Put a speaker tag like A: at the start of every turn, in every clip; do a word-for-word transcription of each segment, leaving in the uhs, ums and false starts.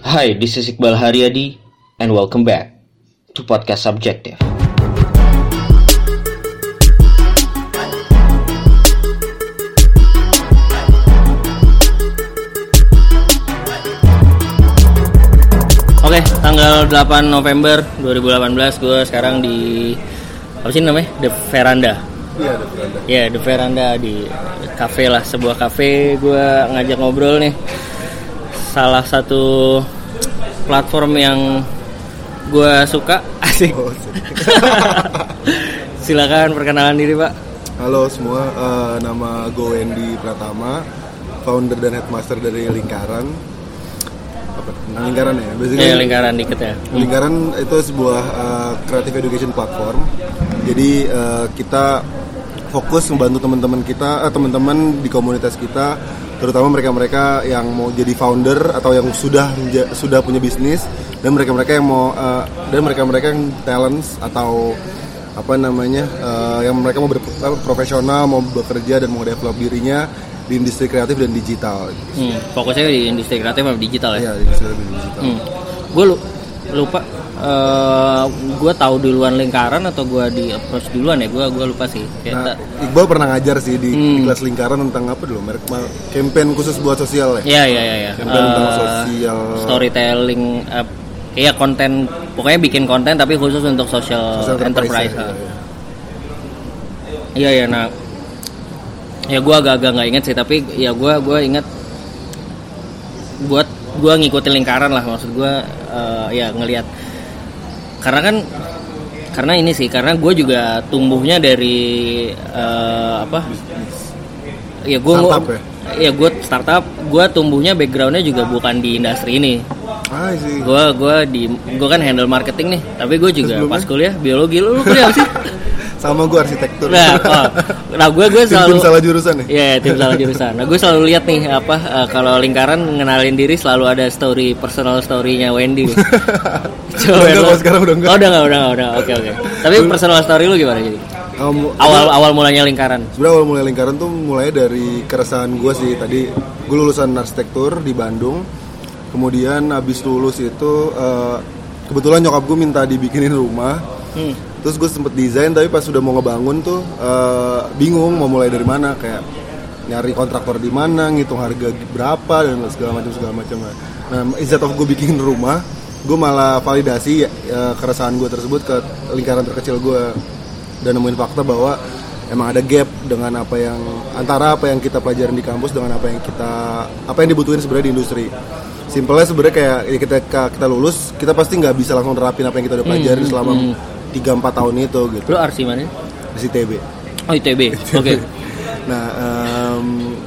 A: Hi, this is Iqbal Haryadi and welcome back to Podcast Subjective. Oke, tanggal delapan November dua ribu delapan belas gue sekarang di apa sih namanya? The Veranda.
B: Iya, The Veranda.
A: Iya, The Veranda di kafe lah, sebuah kafe. Gue ngajak ngobrol nih salah satu platform yang gue suka, asik.
B: Oh,
A: Silakan perkenalan diri, Pak.
B: Halo semua, uh, nama gue Wendy Pratama, founder dan headmaster dari Lingkaran. Apa? Nah, Lingkaran ya? Basically,
A: Ya, Lingkaran dikit ya. Hmm.
B: Lingkaran itu sebuah uh, creative education platform. Jadi uh, kita fokus membantu teman-teman kita, uh, teman-teman di komunitas kita, terutama mereka-mereka yang mau jadi founder atau yang sudah sudah punya bisnis, dan mereka-mereka yang mau uh, dan mereka-mereka yang talents atau apa namanya uh, yang mereka mau berprofesional, mau bekerja dan mau develop dirinya di industri kreatif dan digital.
A: Hmm, fokusnya di industri kreatif atau digital ya?
B: Iya, di industri kreatif dan digital.
A: Hmm. Gue lupa, uh, gue tahu duluan Lingkaran atau gue di approach duluan ya? Gue gue lupa sih.
B: Nah, Iqbal pernah ngajar sih di, hmm. di kelas Lingkaran tentang apa dulu? Merek campaign khusus buat sosial ya?
A: Iya iya iya. Ya.
B: Campaign uh, tentang sosial.
A: Storytelling, uh, iya konten, pokoknya bikin konten tapi khusus untuk social, social enterprise.
B: Ya,
A: iya iya. Nah, ya gue agak-agak nggak inget sih, tapi ya gue gue inget buat gue ngikutin Lingkaran lah, maksud gue uh, ya ngelihat, karena kan karena ini sih karena gue juga tumbuhnya dari uh, apa ya gue
B: startup ya?
A: ya gue startup, gue tumbuhnya backgroundnya juga bukan di industri ini.
B: Ah, sih.
A: Gue gue di gue kan handle marketing nih, tapi gue juga
B: sebelumnya?
A: Pas kuliah biologi. Lu, lu kuliah apa sih?
B: Sama gue arsitektur.
A: Nah, oh. nah gue gue selalu
B: tim salah jurusan ya.
A: Iya, yeah, tim salah jurusan. Nah, gue selalu lihat nih apa uh, kalau Lingkaran ngenalin diri selalu ada story, personal story-nya Wendy.
B: Coba udah enggak, sekarang udah enggak.
A: Oh, udah enggak, udah enggak, udah. Oke, oke. Tapi personal story lu gimana jadi? Um, awal itu, awal mulanya Lingkaran.
B: Sebenarnya awal mulai Lingkaran tuh mulai dari keresahan gue sih. Tadi gue lulusan arsitektur di Bandung. Kemudian abis lulus itu uh, kebetulan nyokap gue minta dibikinin rumah. Hmm. Terus gue sempet desain, tapi pas sudah mau ngebangun tuh uh, bingung mau mulai dari mana, kayak nyari kontraktor di mana, ngitung harga berapa dan segala macam segala macam. Nah, instead of gue bikin rumah, gue malah validasi uh, keresahan gue tersebut ke lingkaran terkecil gue dan nemuin fakta bahwa emang ada gap dengan apa yang antara apa yang kita pelajarin di kampus dengan apa yang kita apa yang dibutuhin sebenarnya di industri. Simpelnya sebenarnya kayak ya ketika kita lulus, kita pasti nggak bisa langsung terapin apa yang kita udah pelajarin hmm, selama hmm. tiga sampai empat tahun itu gitu.
A: Lu arsi mana?
B: Di I T B.
A: Oh, I T B. Oke. Okay.
B: Nah, um,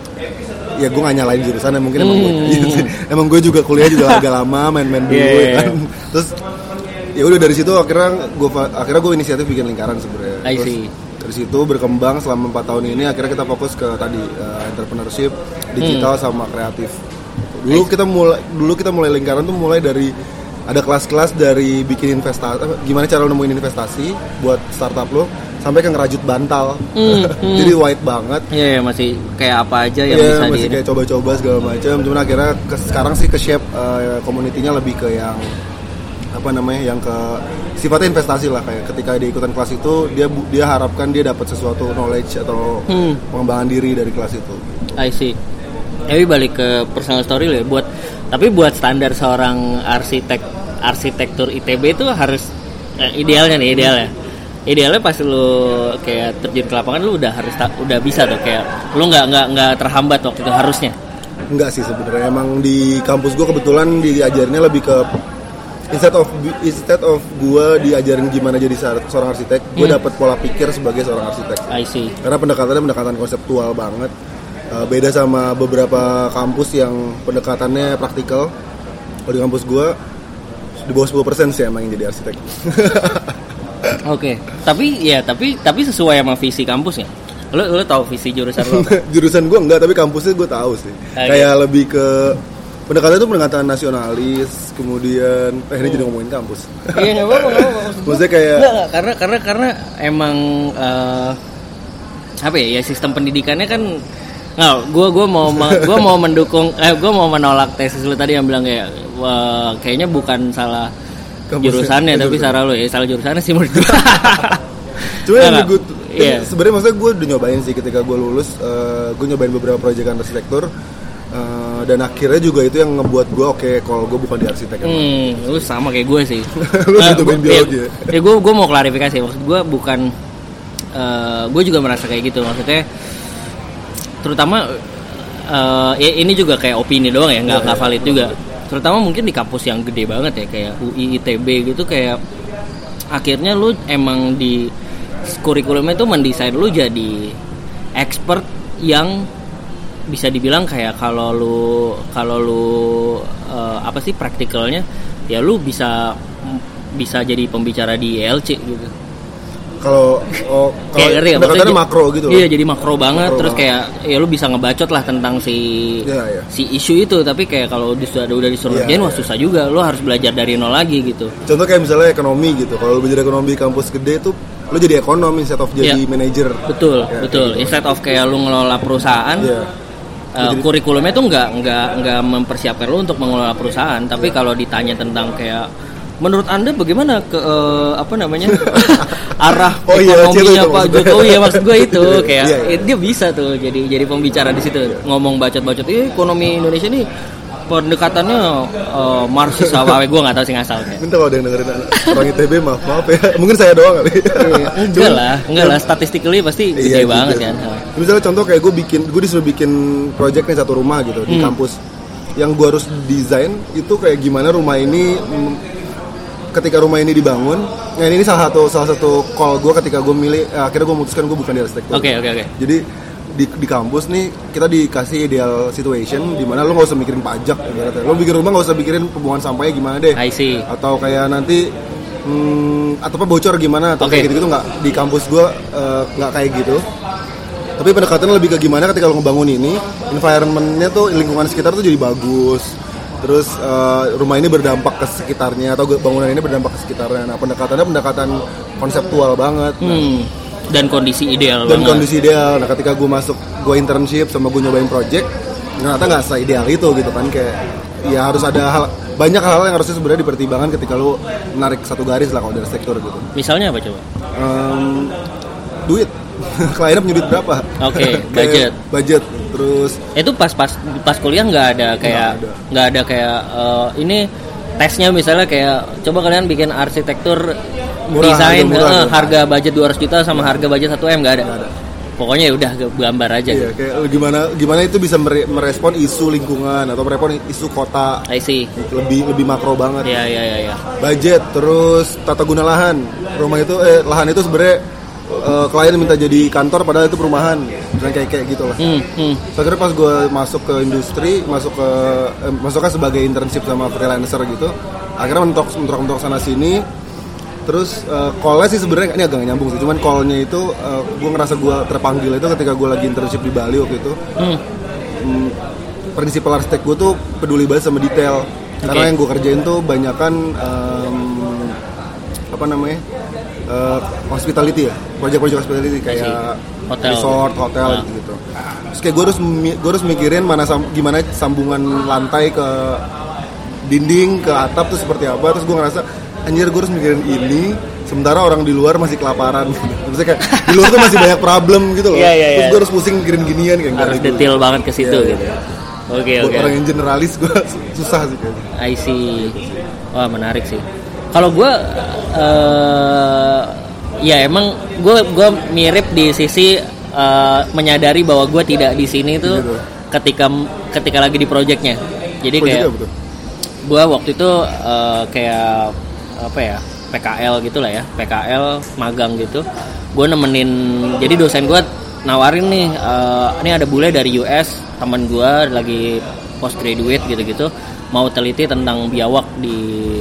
B: ya gue nggak nyalain jurusan, mungkin hmm. emang gue emang gue juga kuliah juga agak lama main-main dulu yeah. kan. Terus ya udah dari situ akhirnya gue akhirnya gue inisiatif bikin Lingkaran sebenarnya.
A: I see.
B: Dari situ berkembang selama empat tahun ini, akhirnya kita fokus ke tadi uh, entrepreneurship, digital hmm. sama kreatif. Dulu kita mulai dulu kita mulai Lingkaran tuh mulai dari ada kelas-kelas dari bikin investasi, gimana cara lo nemuin investasi buat startup lo, sampai ke ngerajut bantal. Mm, mm. Jadi white banget.
A: Iya, yeah, masih kayak apa aja yang
B: yeah,
A: bisa
B: masih di... kayak coba-coba segala macam. Cuman akhirnya ke, sekarang sih ke shape uh, community-nya lebih ke yang apa namanya, yang ke sifatnya investasi lah, kayak ketika dia ikutan kelas itu dia dia harapkan dia dapat sesuatu knowledge atau mm. pengembangan diri dari kelas itu.
A: I see. Tapi balik ke personal story lo ya, buat tapi buat standar seorang arsitek arsitektur I T B itu harus eh, idealnya nih idealnya idealnya pas lu kayak terjun ke lapangan lu udah harus udah bisa tuh, kayak lu nggak nggak nggak terhambat waktu itu harusnya.
B: Enggak sih sebenarnya, emang di kampus gue kebetulan diajarnya lebih ke instead of instead of gue diajarin gimana jadi seorang arsitek, gue hmm. dapat pola pikir sebagai seorang arsitek.
A: I see.
B: Karena pendekatannya pendekatan konseptual banget. Uh, beda sama beberapa kampus yang pendekatannya praktikal. Kalau di kampus gue di bawah sepuluh persen sih emang yang jadi arsitek.
A: Oke, okay. tapi ya tapi tapi sesuai sama visi kampusnya. Lo lo tahu visi jurusan lo?
B: Jurusan gue enggak, tapi kampusnya gue tahu sih. Okay. Kayak lebih ke pendekatan itu pendekatan nasionalis, kemudian eh ini hmm. jadi ngomongin kampus.
A: Iya nggak apa-apa, nggak apa-apa.
B: Maksudnya kayak
A: nggak, karena karena karena emang uh, apa ya, ya sistem pendidikannya kan Nggak, gue gue mau gue mau mendukung, eh gue mau menolak tesis lu tadi yang bilang kayak, wah, kayaknya bukan salah kampusnya, jurusannya, tapi salah lu ya, salah jurusannya sih menurut gue.
B: Cuma yang gue,
A: yeah.
B: sebenarnya maksudnya gue udah nyobain sih ketika gue lulus, uh, gue nyobain beberapa proyekan arsitektur. Uh, dan akhirnya juga itu yang ngebuat gue oke okay, kalau gue bukan di arsitek.
A: Hmm, lu sama kayak gue sih.
B: Lu uh, gitu main biologi ya?
A: Ya gue gue mau klarifikasi, maksud gue bukan, uh, gue juga merasa kayak gitu, maksudnya terutama uh, ya ini juga kayak opini doang ya, nggak nggak ya, valid ya. Juga. Terutama mungkin di kampus yang gede banget ya kayak U I, I T B gitu, kayak akhirnya lu emang di kurikulumnya itu mendesain lu jadi expert yang bisa dibilang kayak kalau lu kalau lu uh, apa sih praktikalnya ya lu bisa bisa jadi pembicara di I L C gitu.
B: Kalau oh,
A: kayak
B: kalau pendekatannya makro gitu.
A: Iya, jadi makro banget
B: makro
A: terus
B: banget.
A: Kayak ya lu bisa ngebacot lah tentang si
B: ya, ya.
A: si isu itu, tapi kayak kalau udah udah disuruh ngerjain ya, wah susah juga, lu harus belajar dari nol lagi gitu.
B: Contoh kayak misalnya ekonomi gitu. Kalau lu belajar ekonomi di kampus gede tuh lu jadi ekonom instead of jadi ya. Manajer.
A: Betul,
B: ya,
A: betul.
B: Gitu.
A: Instead of kayak lu ngelola perusahaan. Ya. Uh, kurikulumnya tuh nggak nggak nggak mempersiapkan lo untuk mengelola perusahaan, tapi yeah. Kalau ditanya tentang kayak menurut Anda bagaimana ke uh, apa namanya arah oh, ekonominya iya, Pak Jokowi ya, maksud gue itu kayak yeah, yeah. Dia bisa tuh jadi jadi pembicara di situ, ngomong bacot-bacot eh, ekonomi Indonesia ini pendekatannya uh, Marxis apa gue nggak tahu sih ngasal kayak.
B: Minta kalau ada yang dengerin orang I T B maaf maaf ya, mungkin saya doang kali.
A: Enggak lah, enggak lah, statistically pasti gede iya, banget gitu. Kan.
B: Misalnya contoh kayak gue bikin, gue disuruh bikin project nih satu rumah gitu hmm. di kampus, yang gue harus desain itu kayak gimana rumah ini, ketika rumah ini dibangun. Nah ini salah satu salah satu call gue ketika gue milih, eh, akhirnya gue memutuskan gue bukan di arsitektur.
A: Oke okay, oke okay, oke. Okay.
B: Jadi di di kampus nih kita dikasih ideal situation di mana lo nggak usah mikirin pajak, ibaratnya lo bikin rumah nggak usah mikirin pembuangan sampahnya gimana deh.
A: I see.
B: Atau kayak nanti hmm, atau apa bocor gimana atau okay. Kayak gitu-gitu nggak, di kampus gue uh, nggak kayak gitu. Tapi pendekatannya lebih ke gimana ketika lo ngebangun ini environmentnya tuh, lingkungan sekitar tuh jadi bagus. Terus uh, rumah ini berdampak ke sekitarnya atau bangunan ini berdampak ke sekitarnya. Nah pendekatannya pendekatan konseptual banget. Nah,
A: hmm. Dan kondisi ideal
B: dan
A: banget.
B: kondisi ideal. Nah ketika gue masuk, gue internship sama gue nyobain project, ternyata nggak se-ideal itu gitu kan. Kayak ya harus ada hal, banyak hal yang harusnya sebenarnya dipertimbangkan ketika lo menarik satu garis lah kalau dari sektor gitu.
A: Misalnya apa coba?
B: Um, duit. Kliennya punya duit berapa?
A: Oke, okay, budget.
B: Budget. Terus
A: itu pas pas pas kuliah nggak ada kayak nggak ada. ada kayak uh, ini tesnya misalnya kayak coba kalian bikin arsitektur murah, desain murah, uh, harga budget dua ratus juta sama harga budget satu M, nggak ada. Nggak ada. Pokoknya ya udah gambar aja.
B: Iya, kayak gimana gimana itu bisa merespon isu lingkungan atau merespon isu kota.
A: I see.
B: Lebih lebih makro banget.
A: Iya iya iya ya.
B: Budget, terus tata guna lahan. Rumah itu eh lahan itu sebenarnya uh, klien minta jadi kantor padahal itu perumahan. Misalnya kayak kayak gitu lah. Hmm, hmm. So, akhirnya pas gue masuk ke industri, masuk ke eh, masuknya sebagai internship sama freelancer gitu. Akhirnya mentok mentok mentok sana sini. Terus uh, call-nya sih sebenarnya ini agak gak nyambung sih, cuman call-nya itu uh, gue ngerasa gue terpanggil itu ketika gue lagi internship di Bali waktu itu. Hmm. Hmm, prinsipal arsitek gue tuh peduli banget sama detail. Okay. Karena yang gue kerjain tuh banyakan um, apa namanya uh, hospitality ya, proyek-proyek hospitality kayak
A: hotel.
B: Resort, hotel nah. gitu. Terus kayak gue harus gue harus mikirin mana sam, gimana sambungan lantai ke dinding ke atap tuh seperti apa. Terus gue ngerasa anjir gue harus mikirin ini sementara orang di luar masih kelaparan. Maksudnya kayak di luar tuh masih banyak problem gitu loh.
A: Yeah, yeah,
B: Terus
A: yeah.
B: gue harus pusing mikirin ginian kayak
A: harus detail banget ke situ yeah, gitu. Oke okay, oke. Okay.
B: Orang yang generalis gue susah sih kayaknya.
A: I see. Wah menarik sih. Kalau gue uh, ya emang gue gue mirip di sisi uh, menyadari bahwa gue tidak di sini tuh gitu. ketika ketika lagi di projectnya. Jadi project kayak gue waktu itu uh, kayak apa ya P K L gitu lah ya, P K L magang gitu. Gue nemenin, jadi dosen gue nawarin nih, uh, ini ada bule dari U S, teman gue lagi postgraduate gitu-gitu, mau teliti tentang biawak di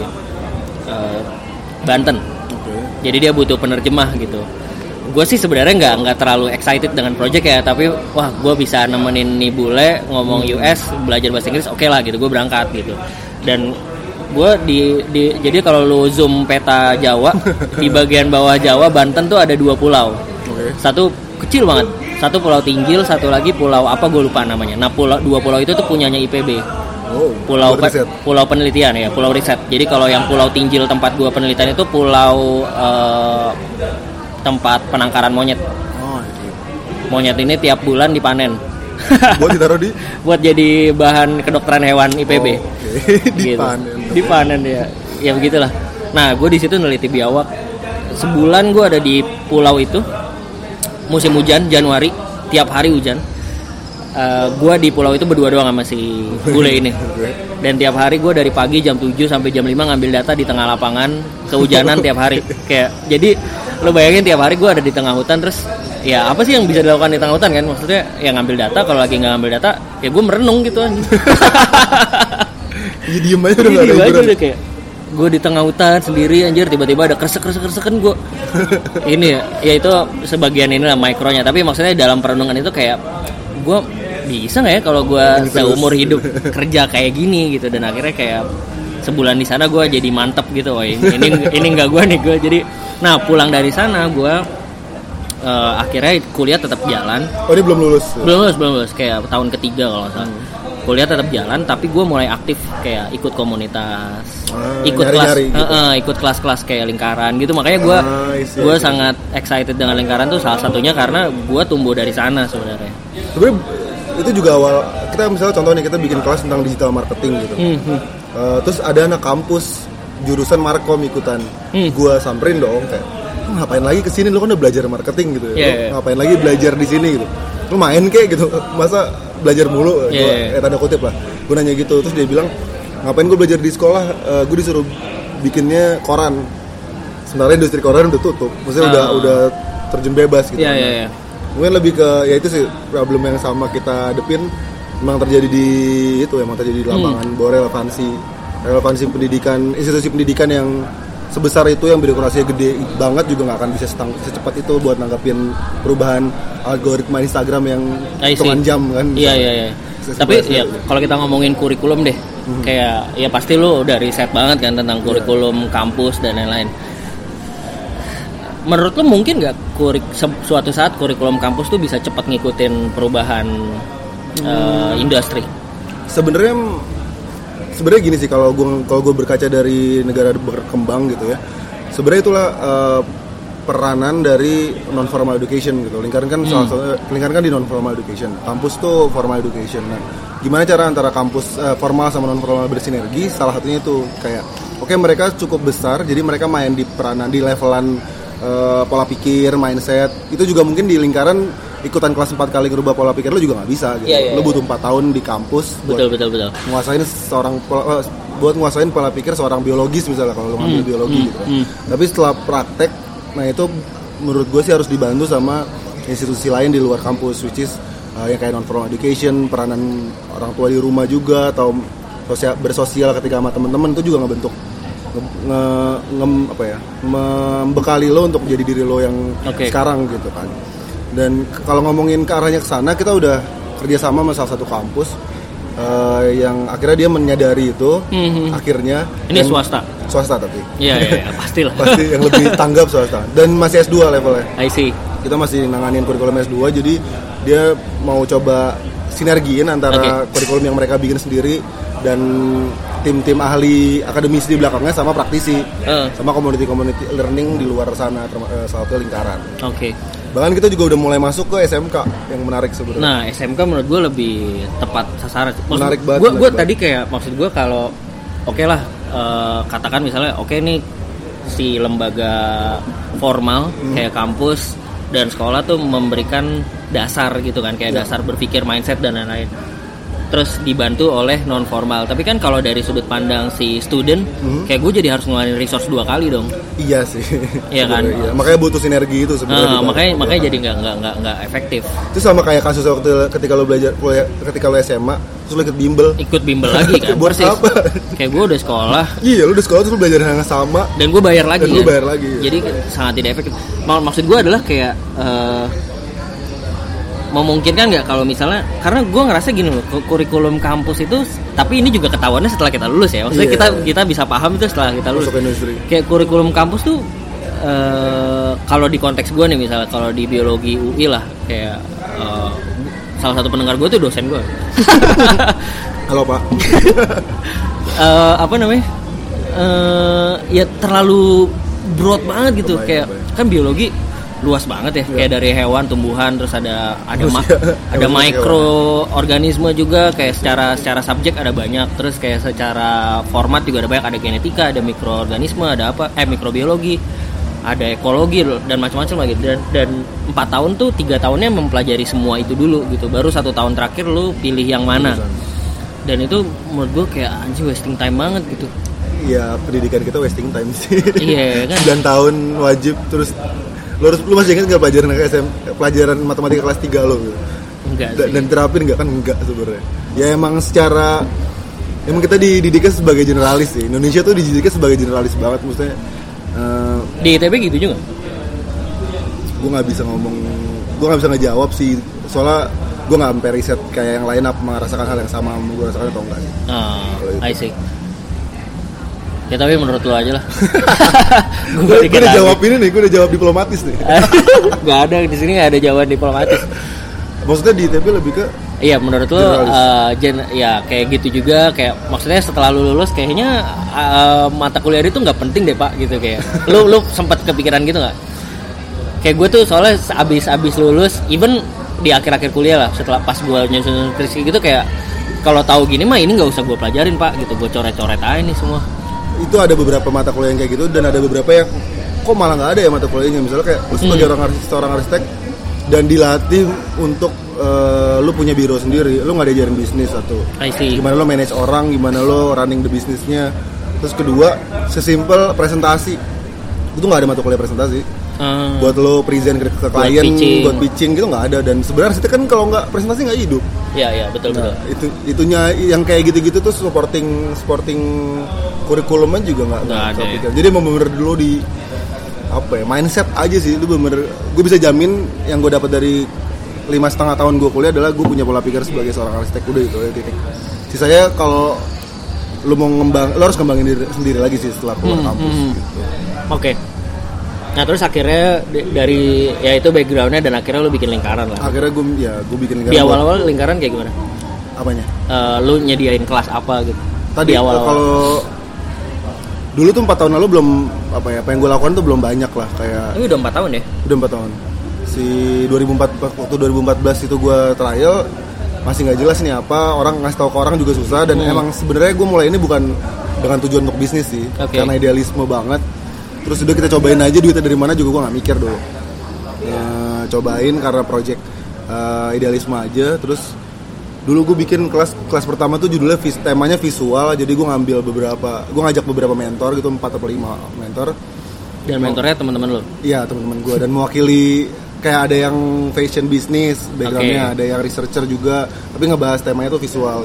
A: uh, Banten. Okay. Jadi dia butuh penerjemah gitu. Gue sih sebenarnya nggak nggak terlalu excited dengan project ya, tapi wah gue bisa nemenin nih bule ngomong U S, belajar bahasa Inggris, oke okay lah gitu, gue berangkat gitu. Dan gue di, di jadi kalau lu zoom peta Jawa di bagian bawah Jawa Banten tuh ada dua pulau. Okay. Satu kecil banget, Satu Pulau Tinggil, satu lagi pulau apa gue lupa namanya. Nah pulau dua pulau itu tuh punyanya I P B.
B: Oh,
A: pulau pe, pulau penelitian ya, pulau riset. Jadi kalau yang Pulau Tinggil tempat gua penelitian itu pulau uh, tempat penangkaran monyet. Oh, iya. Monyet ini tiap bulan dipanen.
B: Buat ditaruh di?
A: Buat jadi bahan kedokteran hewan I P B.
B: Oh, okay. Dipanen.
A: Gitu. Dipanen ya. Ya begitulah. Nah, gue di situ neliti biawak. Sebulan gue ada di pulau itu. Musim hujan Januari, tiap hari hujan. Uh, gue di pulau itu berdua doang sama si bule ini. Dan tiap hari gue dari pagi jam tujuh sampai jam lima ngambil data di tengah lapangan, kehujanan tiap hari. Kayak jadi lo bayangin tiap hari gue ada di tengah hutan, terus ya apa sih yang bisa dilakukan di tengah hutan kan? Maksudnya ya ngambil data, kalau lagi nggak ngambil data ya gue merenung gitu anjing.
B: Ya diem aja udah,
A: diem aja udah kayak gue di tengah hutan sendiri anjir, tiba-tiba ada kresek-kresek-kresek kan gue. Ini ya, ya itu sebagian inilah mikronya, tapi maksudnya dalam perenungan itu kayak gue bisa nggak ya kalau gue seumur hidup kerja kayak gini gitu. Dan akhirnya kayak sebulan di sana gue jadi mantep gitu. Oh, ini ini, ini nggak gue nih gue jadi. Nah pulang dari sana gue uh, akhirnya kuliah tetap jalan.
B: Oh ini belum lulus?
A: Belum lulus belum lulus kayak tahun ketiga kalau nggak salah. Kuliah tetap jalan, tapi gue mulai aktif kayak ikut komunitas, ah, ikut kelas, gitu. uh, uh, ikut kelas-kelas kayak lingkaran gitu. Makanya gue ah, gue sangat excited dengan lingkaran tuh salah satunya karena gue tumbuh dari sana sebenarnya.
B: Sebenarnya itu juga awal kita misalnya contoh nih kita bikin kelas tentang digital marketing gitu. Mm-hmm. Uh, terus ada anak kampus jurusan Markom ikutan, mm. gue samperin dong kayak ngapain lagi kesini, lu kan udah belajar marketing gitu ya, yeah, yeah. ngapain lagi belajar di sini gitu, lu main kayak gitu, masa belajar mulu, yeah, gua, yeah. eh tanda kutip lah, gue nanya gitu, terus dia bilang ngapain gue belajar di sekolah, uh, gue disuruh bikinnya koran, sebenarnya industri koran udah tutup, maksudnya uh. udah udah terjun bebas gitu,
A: yeah, yeah, yeah.
B: mungkin lebih ke ya itu sih problem yang sama kita hadepin, memang terjadi di itu, emang terjadi di lapangan, hmm. bahwa relevansi relevansi pendidikan, institusi pendidikan yang sebesar itu yang birokrasinya gede banget juga nggak akan bisa setang, secepat itu buat nanggapin perubahan algoritma Instagram yang hitungan jam kan.
A: Iya iya iya. Tapi ya kalau kita ngomongin kurikulum deh, hmm. kayak ya pasti lu udah riset banget kan tentang kurikulum yeah. kampus dan lain-lain. Menurut lu mungkin nggak kurik suatu saat kurikulum kampus tuh bisa cepat ngikutin perubahan hmm. uh, industri?
B: Sebenarnya sebenarnya gini sih, kalau gue kalau gue berkaca dari negara berkembang gitu ya, sebenarnya itulah uh, peranan dari non formal education gitu. Lingkaran kan hmm. salah satu lingkaran kan di non formal education. Kampus tuh formal education. Nah, gimana cara antara kampus uh, formal sama non formal bersinergi? Salah satunya itu kayak oke okay, mereka cukup besar, jadi mereka main di peranan di levelan uh, pola pikir, mindset. Itu juga mungkin di lingkaran ikutan kelas empat kali ngerubah pola pikir lo juga nggak bisa gitu. Yeah, yeah, lo butuh empat tahun di kampus
A: betul, buat betul, betul.
B: nguasain seorang pola, buat nguasain pola pikir seorang biologis misalnya kalau lo ngambil hmm, biologi hmm, gitu. Hmm. Tapi setelah praktek, nah itu menurut gue sih harus dibantu sama institusi lain di luar kampus, which is uh, yang kayak non formal education, peranan orang tua di rumah juga, atau sosial, bersosial ketika sama teman-teman itu juga ngebentuk nge, nge, nge apa ya membekali lo untuk jadi diri lo yang okay. sekarang gitu kan. Dan kalau ngomongin ke arahnya ke sana, kita udah kerjasama sama salah satu kampus uh, yang akhirnya dia menyadari itu, mm-hmm. akhirnya
A: ini swasta,
B: swasta tapi,
A: iya iya ya, pastilah,
B: pasti yang lebih tanggap swasta dan masih S dua levelnya.
A: I see.
B: Kita masih nanganin kurikulum S dua, jadi dia mau coba sinergiin antara okay. kurikulum yang mereka bikin sendiri dan tim-tim ahli akademisi di belakangnya sama praktisi, uh. sama community-community learning di luar sana, term- uh, salah satu lingkaran.
A: Oke. Okay.
B: Bahkan kita juga udah mulai masuk ke S M K yang menarik sebenarnya.
A: Nah, S M K menurut gue lebih tepat sasaran. Maksud,
B: menarik banget.
A: Gue gue tadi kayak maksud gue kalau oke okay lah uh, katakan misalnya oke okay nih si lembaga formal hmm. kayak kampus dan sekolah tuh memberikan dasar gitu kan, kayak ya. dasar berpikir, mindset dan lain-lain. Terus dibantu oleh non formal. Tapi kan kalau dari sudut pandang si student, hmm. kayak gue jadi harus ngeluarin resource dua kali dong.
B: Iya sih.
A: Iya kan.
B: Iya. Makanya butuh sinergi itu sebenarnya.
A: Nah, makanya makanya jadi nggak nggak nggak nggak efektif.
B: Itu sama kayak kasus waktu ketika lo belajar kuliah, ketika lo S M A, terus lo ikut bimbel.
A: Ikut bimbel lagi kan.
B: Buat apa?
A: Kayak gue udah sekolah.
B: Iya, lo udah sekolah terus lo belajar yang sama.
A: Dan gue bayar lagi.
B: Dan
A: kan?
B: lo bayar lagi. Ya.
A: Jadi sangat tidak efektif. Maksud gue adalah kayak. Uh, memungkinkan nggak kalau misalnya, karena gue ngerasa gini loh, kurikulum kampus itu, tapi ini juga ketahuannya setelah kita lulus ya, maksudnya yeah. kita kita bisa paham itu setelah kita lulus. Kayak kurikulum kampus tuh uh, kalau di konteks gue nih misalnya, kalau di biologi U I lah, kayak uh, salah satu pendengar gue tuh dosen gue.
B: Halo Pak.
A: uh, apa namanya? Uh, ya terlalu broad banget gitu. Kebayang, kayak kebayang. Kan biologi luas banget ya, yeah. Kayak dari hewan, tumbuhan, terus ada ada ma- ada mikroorganisme juga, kayak secara secara subjek ada banyak, terus kayak secara format juga ada banyak, ada genetika, ada mikroorganisme, ada apa, eh mikrobiologi, ada ekologi dan macam-macam lagi. Dan dan empat tahun tuh tiga tahunnya mempelajari semua itu dulu gitu, baru satu tahun terakhir lu pilih yang mana. Dan itu menurut gue kayak anjir wasting time banget gitu.
B: Iya, pendidikan kita wasting time sih.
A: Iya kan.
B: sembilan tahun wajib terus lu harus lu masih ingat enggak pelajaran S M pelajaran matematika kelas tiga lo gitu?
A: Enggak
B: sih. Dan terapin enggak kan enggak sebenarnya. Ya emang secara emang kita dididiknya sebagai generalis sih. Indonesia tuh dididiknya sebagai generalis banget maksudnya. Uh,
A: di I T B gitu juga?
B: Gue nggak bisa ngomong, gue nggak bisa ngejawab sih. Soalnya gue nggak sampai riset kayak yang lain apa merasakan hal yang sama gue rasakan atau enggak sih.
A: Oh, I see. Ya tapi menurut lo aja lah.
B: Gue udah jawab ini nih, gue udah jawab diplomatis nih.
A: Gak ada di sini, nggak ada jawaban diplomatis.
B: Maksudnya di I T B lebih ke?
A: Iya menurut lo, uh, gen, ya kayak gitu juga, kayak maksudnya setelah lu lulus kayaknya uh, mata kuliah itu nggak penting deh Pak, gitu kayak. Lu lu sempat kepikiran gitu nggak? Kayak gue tuh soalnya abis abis lulus, even di akhir-akhir kuliah lah, setelah pas gue nyusun skripsi gitu kayak kalau tahu gini mah ini nggak usah gue pelajarin Pak, gitu gue coret-coret aja nih semua.
B: Itu ada beberapa mata kuliah yang kayak gitu dan ada beberapa yang kok malah nggak ada ya mata kuliahnya. Misalnya kayak lu sebagai hmm. orang seorang arsitek dan dilatih untuk uh, lu punya biro sendiri, lu nggak diajarin bisnis atau gimana lu manage orang, gimana lu running the bisnisnya. Terus kedua, sesimpel presentasi itu nggak ada mata kuliah presentasi. Hmm. Buat lo present ke, ke klien, buat pitching. buat pitching gitu nggak ada. Dan sebenarnya arsitek kan kalau nggak presentasi nggak hidup.
A: Iya iya betul
B: nah,
A: betul.
B: Itu itunya yang kayak gitu-gitu tuh supporting supporting kurikulumnya juga nggak ada. Ya. Jadi mau bener dulu di apa ya mindset aja sih. Itu bener. Gue bisa jamin yang gue dapat dari lima setengah tahun gue kuliah adalah gue punya pola pikir sebagai seorang arsitek udah itu ya titik. Sisanya kalau lo mau ngembang, lo harus ngembangin diri sendiri lagi sih setelah keluar hmm, kampus. Hmm. Gitu.
A: Oke. Okay. Nah terus akhirnya dari ya itu backgroundnya dan akhirnya lu bikin lingkaran lah.
B: Akhirnya gue ya gue bikin lingkaran.
A: Di awal-awal lingkaran kayak gimana?
B: Apanya?
A: Uh, lu nyediain kelas apa gitu?
B: Tadi awal-awal. Kalau dulu tuh empat tahun lalu belum apa ya apa yang gue lakukan tuh belum banyak lah kayak.
A: Ini udah empat tahun ya?
B: Udah empat tahun. Si dua ribu empat waktu dua ribu empat belas itu gue trial masih nggak jelas nih apa, orang ngasih tahu ke orang juga susah dan hmm. emang sebenarnya gue mulai ini bukan dengan tujuan untuk bisnis sih, okay. Karena idealisme banget. Terus udah kita cobain aja duitnya dari mana juga gue nggak mikir dulu. Ya, cobain karena project uh, idealisme aja. Terus dulu gue bikin kelas kelas pertama tuh judulnya vis, temanya visual. Jadi gue ngambil beberapa, gue ngajak beberapa mentor gitu empat atau lima mentor.
A: Dan mentornya teman-teman lo?
B: Iya teman-teman gue dan mewakili kayak ada yang fashion business backgroundnya, okay. Ada yang researcher juga. Tapi ngebahas temanya tuh visual.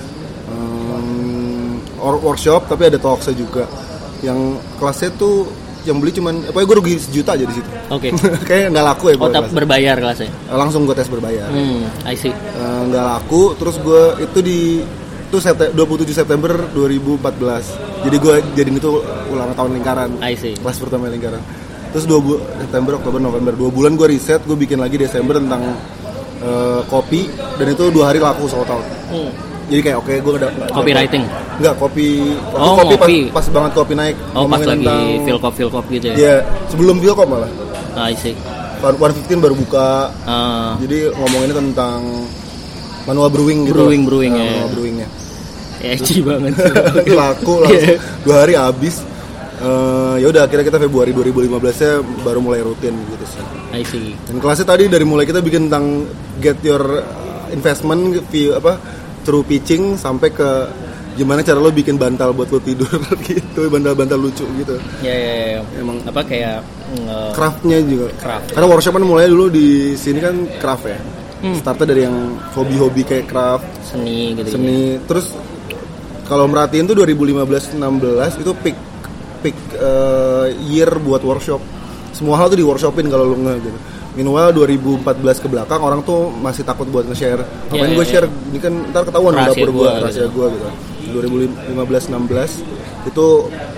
B: Um, workshop tapi ada talksnya juga. Yang kelasnya tuh yang beli cuman apa ya gue rugi sejuta aja di situ.
A: Oke. Okay.
B: Kayak nggak laku ya.
A: Oh, tak berbayar kelasnya.
B: Langsung gue tes berbayar.
A: Hmm, I see.
B: Nggak uh, laku, terus gue itu di itu dua puluh tujuh September dua ribu empat belas. Jadi gue jadiin itu ulang tahun lingkaran.
A: I see.
B: Kelas pertama lingkaran. Terus dua bu- September, Oktober, November dua bulan gue riset, gue bikin lagi Desember tentang uh, kopi dan itu dua hari laku sold out. Hmm. Jadi kayak oke okay, gue udah
A: copywriting.
B: Enggak, kopi.
A: Oh,
B: kopi pas, pas banget kopi naik.
A: Oh, pas lagi feel cop feel cop gitu ya.
B: Iya, yeah, sebelum feel cop malah.
A: Ah, I see.
B: seratus lima belas baru buka.
A: Uh.
B: Jadi ngomonginnya tentang manual brewing gitu.
A: Brewing brewing
B: nah,
A: ya.
B: Manual brewingnya.
A: Edgy banget.
B: Laku langsung dua hari habis. Uh, ya udah akhirnya kita Februari dua ribu lima belas-nya baru mulai rutin gitu sih.
A: I see.
B: Dan kelasnya tadi dari mulai kita bikin tentang get your investment view apa through pitching sampai ke gimana cara lo bikin bantal buat lo tidur gitu, bantal-bantal lucu gitu.
A: Ya ya ya. Emang apa kayak
B: uh, craftnya juga.
A: Craft.
B: Karena workshop kan mulai dulu di sini kan craft ya. Hmm. Startnya dari yang hobi-hobi kayak craft,
A: seni gitu.
B: Seni. Gitu. Terus kalau merhatiin tuh dua ribu lima belas enam belas itu peak peak uh, year buat workshop. Semua hal tuh di workshopin kalau lo nggak gitu. Meanwhile dua ribu empat belas ke belakang orang tuh masih takut buat nge-share. Ngapain yeah, gue yeah, share? Yeah. Ini kan ntar ketahuan dapur gue, rahasia gitu. gue gitu. dua ribu lima belas enam belas itu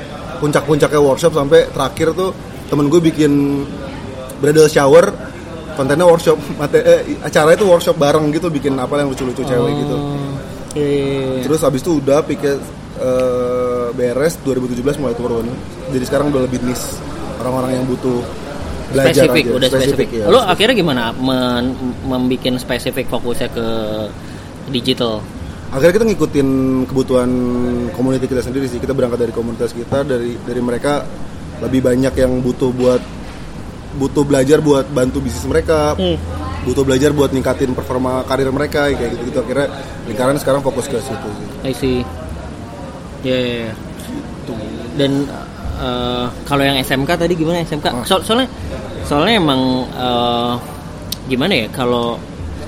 B: puncak-puncaknya workshop sampai terakhir tuh temen gue bikin bridal shower kontennya workshop, mate, eh, acara itu workshop bareng gitu, bikin apa yang lucu-lucu cewek
A: Oh.
B: gitu.
A: Iya.
B: Terus abis itu udah pikir uh, beres dua ribu tujuh belas mulai turun. Jadi sekarang udah lebih niche, orang-orang yang butuh belajar
A: spesifik,
B: aja.
A: udah spesifik.
B: Ya,
A: Lo
B: spesifik.
A: akhirnya gimana men- membikin spesifik fokusnya ke digital?
B: Akhirnya kita ngikutin kebutuhan community kita sendiri sih. Kita berangkat dari komunitas kita, dari dari mereka lebih banyak yang butuh buat butuh belajar buat bantu bisnis mereka. Hmm. Butuh belajar buat ningkatin performa karir mereka kayak gitu-gitu. Akhirnya lingkaran sekarang fokus ke situ sih.
A: I see. Ya. Yeah, yeah. Dan uh, kalau yang S M K tadi gimana S M K?
B: Ah.
A: So, soalnya soalnya emang uh, gimana ya kalau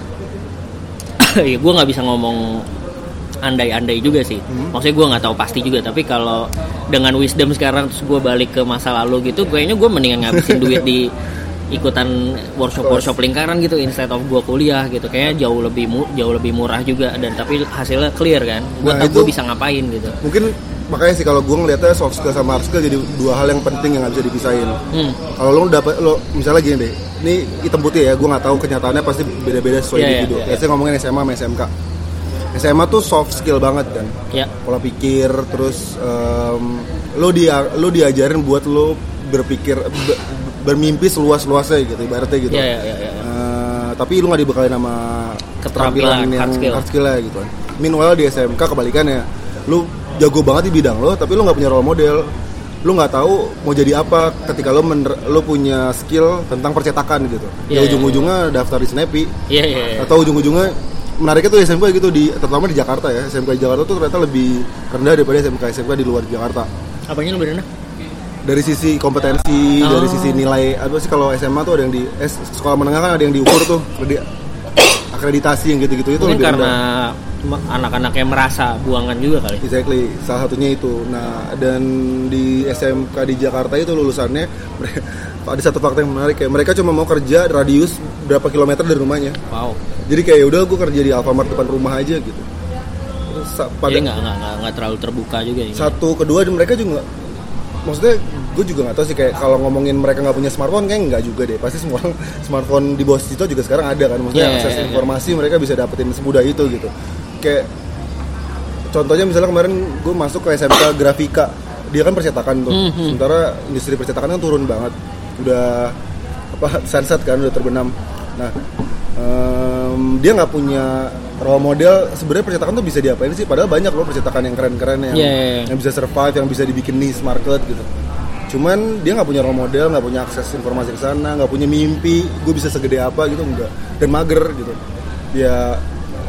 A: ya gue nggak bisa ngomong andai-andai juga sih. Hmm. Maksudnya gue nggak tahu pasti juga. Tapi kalau dengan wisdom sekarang terus gue balik ke masa lalu gitu, kayaknya gue mendingan ngabisin duit di ikutan workshop-workshop lingkaran gitu instead of gue kuliah gitu. Kayaknya jauh lebih mu- jauh lebih murah juga dan tapi hasilnya clear kan. Gue
B: Nah,
A: tahu gue
B: itu
A: bisa ngapain gitu.
B: Mungkin makanya sih kalau gue ngeliatnya soft skill sama hard skill jadi dua hal yang penting yang nggak bisa dipisahin. Hmm. Kalau lo dapet lo misalnya gini deh, ini hitam putih ya, gue nggak tahu kenyataannya pasti beda-beda sesuai
A: yeah,
B: individu.
A: Yeah, yeah.
B: Saya ngomongin S M A sama S M K. S M A tuh soft skill banget kan,
A: yeah.
B: Pola pikir, terus um, lo dia lo diajarin buat lo berpikir be, bermimpi seluas-luasnya gitu, ibaratnya gitu.
A: Yeah, yeah, yeah, yeah.
B: Uh, tapi lo nggak dibekalin sama keterampilan yang
A: hard skill,
B: hard skill lah gitu. Meanwhile di S M K kebalikannya, lo jago banget di bidang lo, tapi lo nggak punya role model, lo nggak tahu mau jadi apa ketika lo mener, lo punya skill tentang percetakan gitu. Yeah, ya ujung-ujungnya yeah. daftar di Snappy,
A: yeah, yeah, yeah.
B: atau ujung-ujungnya menariknya tuh S M K gitu di terutama di Jakarta ya, S M K di Jakarta tuh ternyata lebih rendah daripada S M K S M K di luar Jakarta.
A: Apanya lebih rendah?
B: Dari sisi kompetensi,
A: oh.
B: dari sisi nilai apa sih kalau S M A tuh ada yang di eh, sekolah menengah kan ada yang diukur tuh akreditasi yang gitu-gitu itu
A: mungkin
B: lebih
A: karena
B: rendah.
A: Anak-anaknya merasa buangan juga kali.
B: Exactly, salah satunya itu. Nah, dan di S M K di Jakarta itu lulusannya ada satu fakta yang menarik kayak mereka cuma mau kerja radius berapa kilometer dari rumahnya.
A: Wow.
B: Jadi kayak udah gue kerja di Alfamart depan rumah aja gitu. Terus
A: pada nggak nggak nggak terlalu terbuka juga ini.
B: Satu kedua mereka juga maksudnya gue juga nggak tahu sih kayak kalau ngomongin mereka nggak punya smartphone kayak nggak juga deh, pasti semua orang smartphone di bawah situ juga sekarang ada kan, maksudnya yeah, akses yeah, informasi yeah. mereka bisa dapetin semudah itu gitu. Kayak contohnya misalnya kemarin gue masuk ke S M K grafika, dia kan percetakan tuh, mm-hmm. sementara industri percetakan kan turun banget, udah apa sunset kan, udah terbenam. Nah um, dia nggak punya role model sebenarnya percetakan tuh bisa diapain sih, padahal banyak loh percetakan yang keren-keren yang
A: yeah, yeah, yeah.
B: yang bisa survive, yang bisa dibikin niche market gitu. Cuman dia nggak punya role model, nggak punya akses informasi ke sana, nggak punya mimpi gue bisa segede apa gitu, enggak, dan mager gitu ya.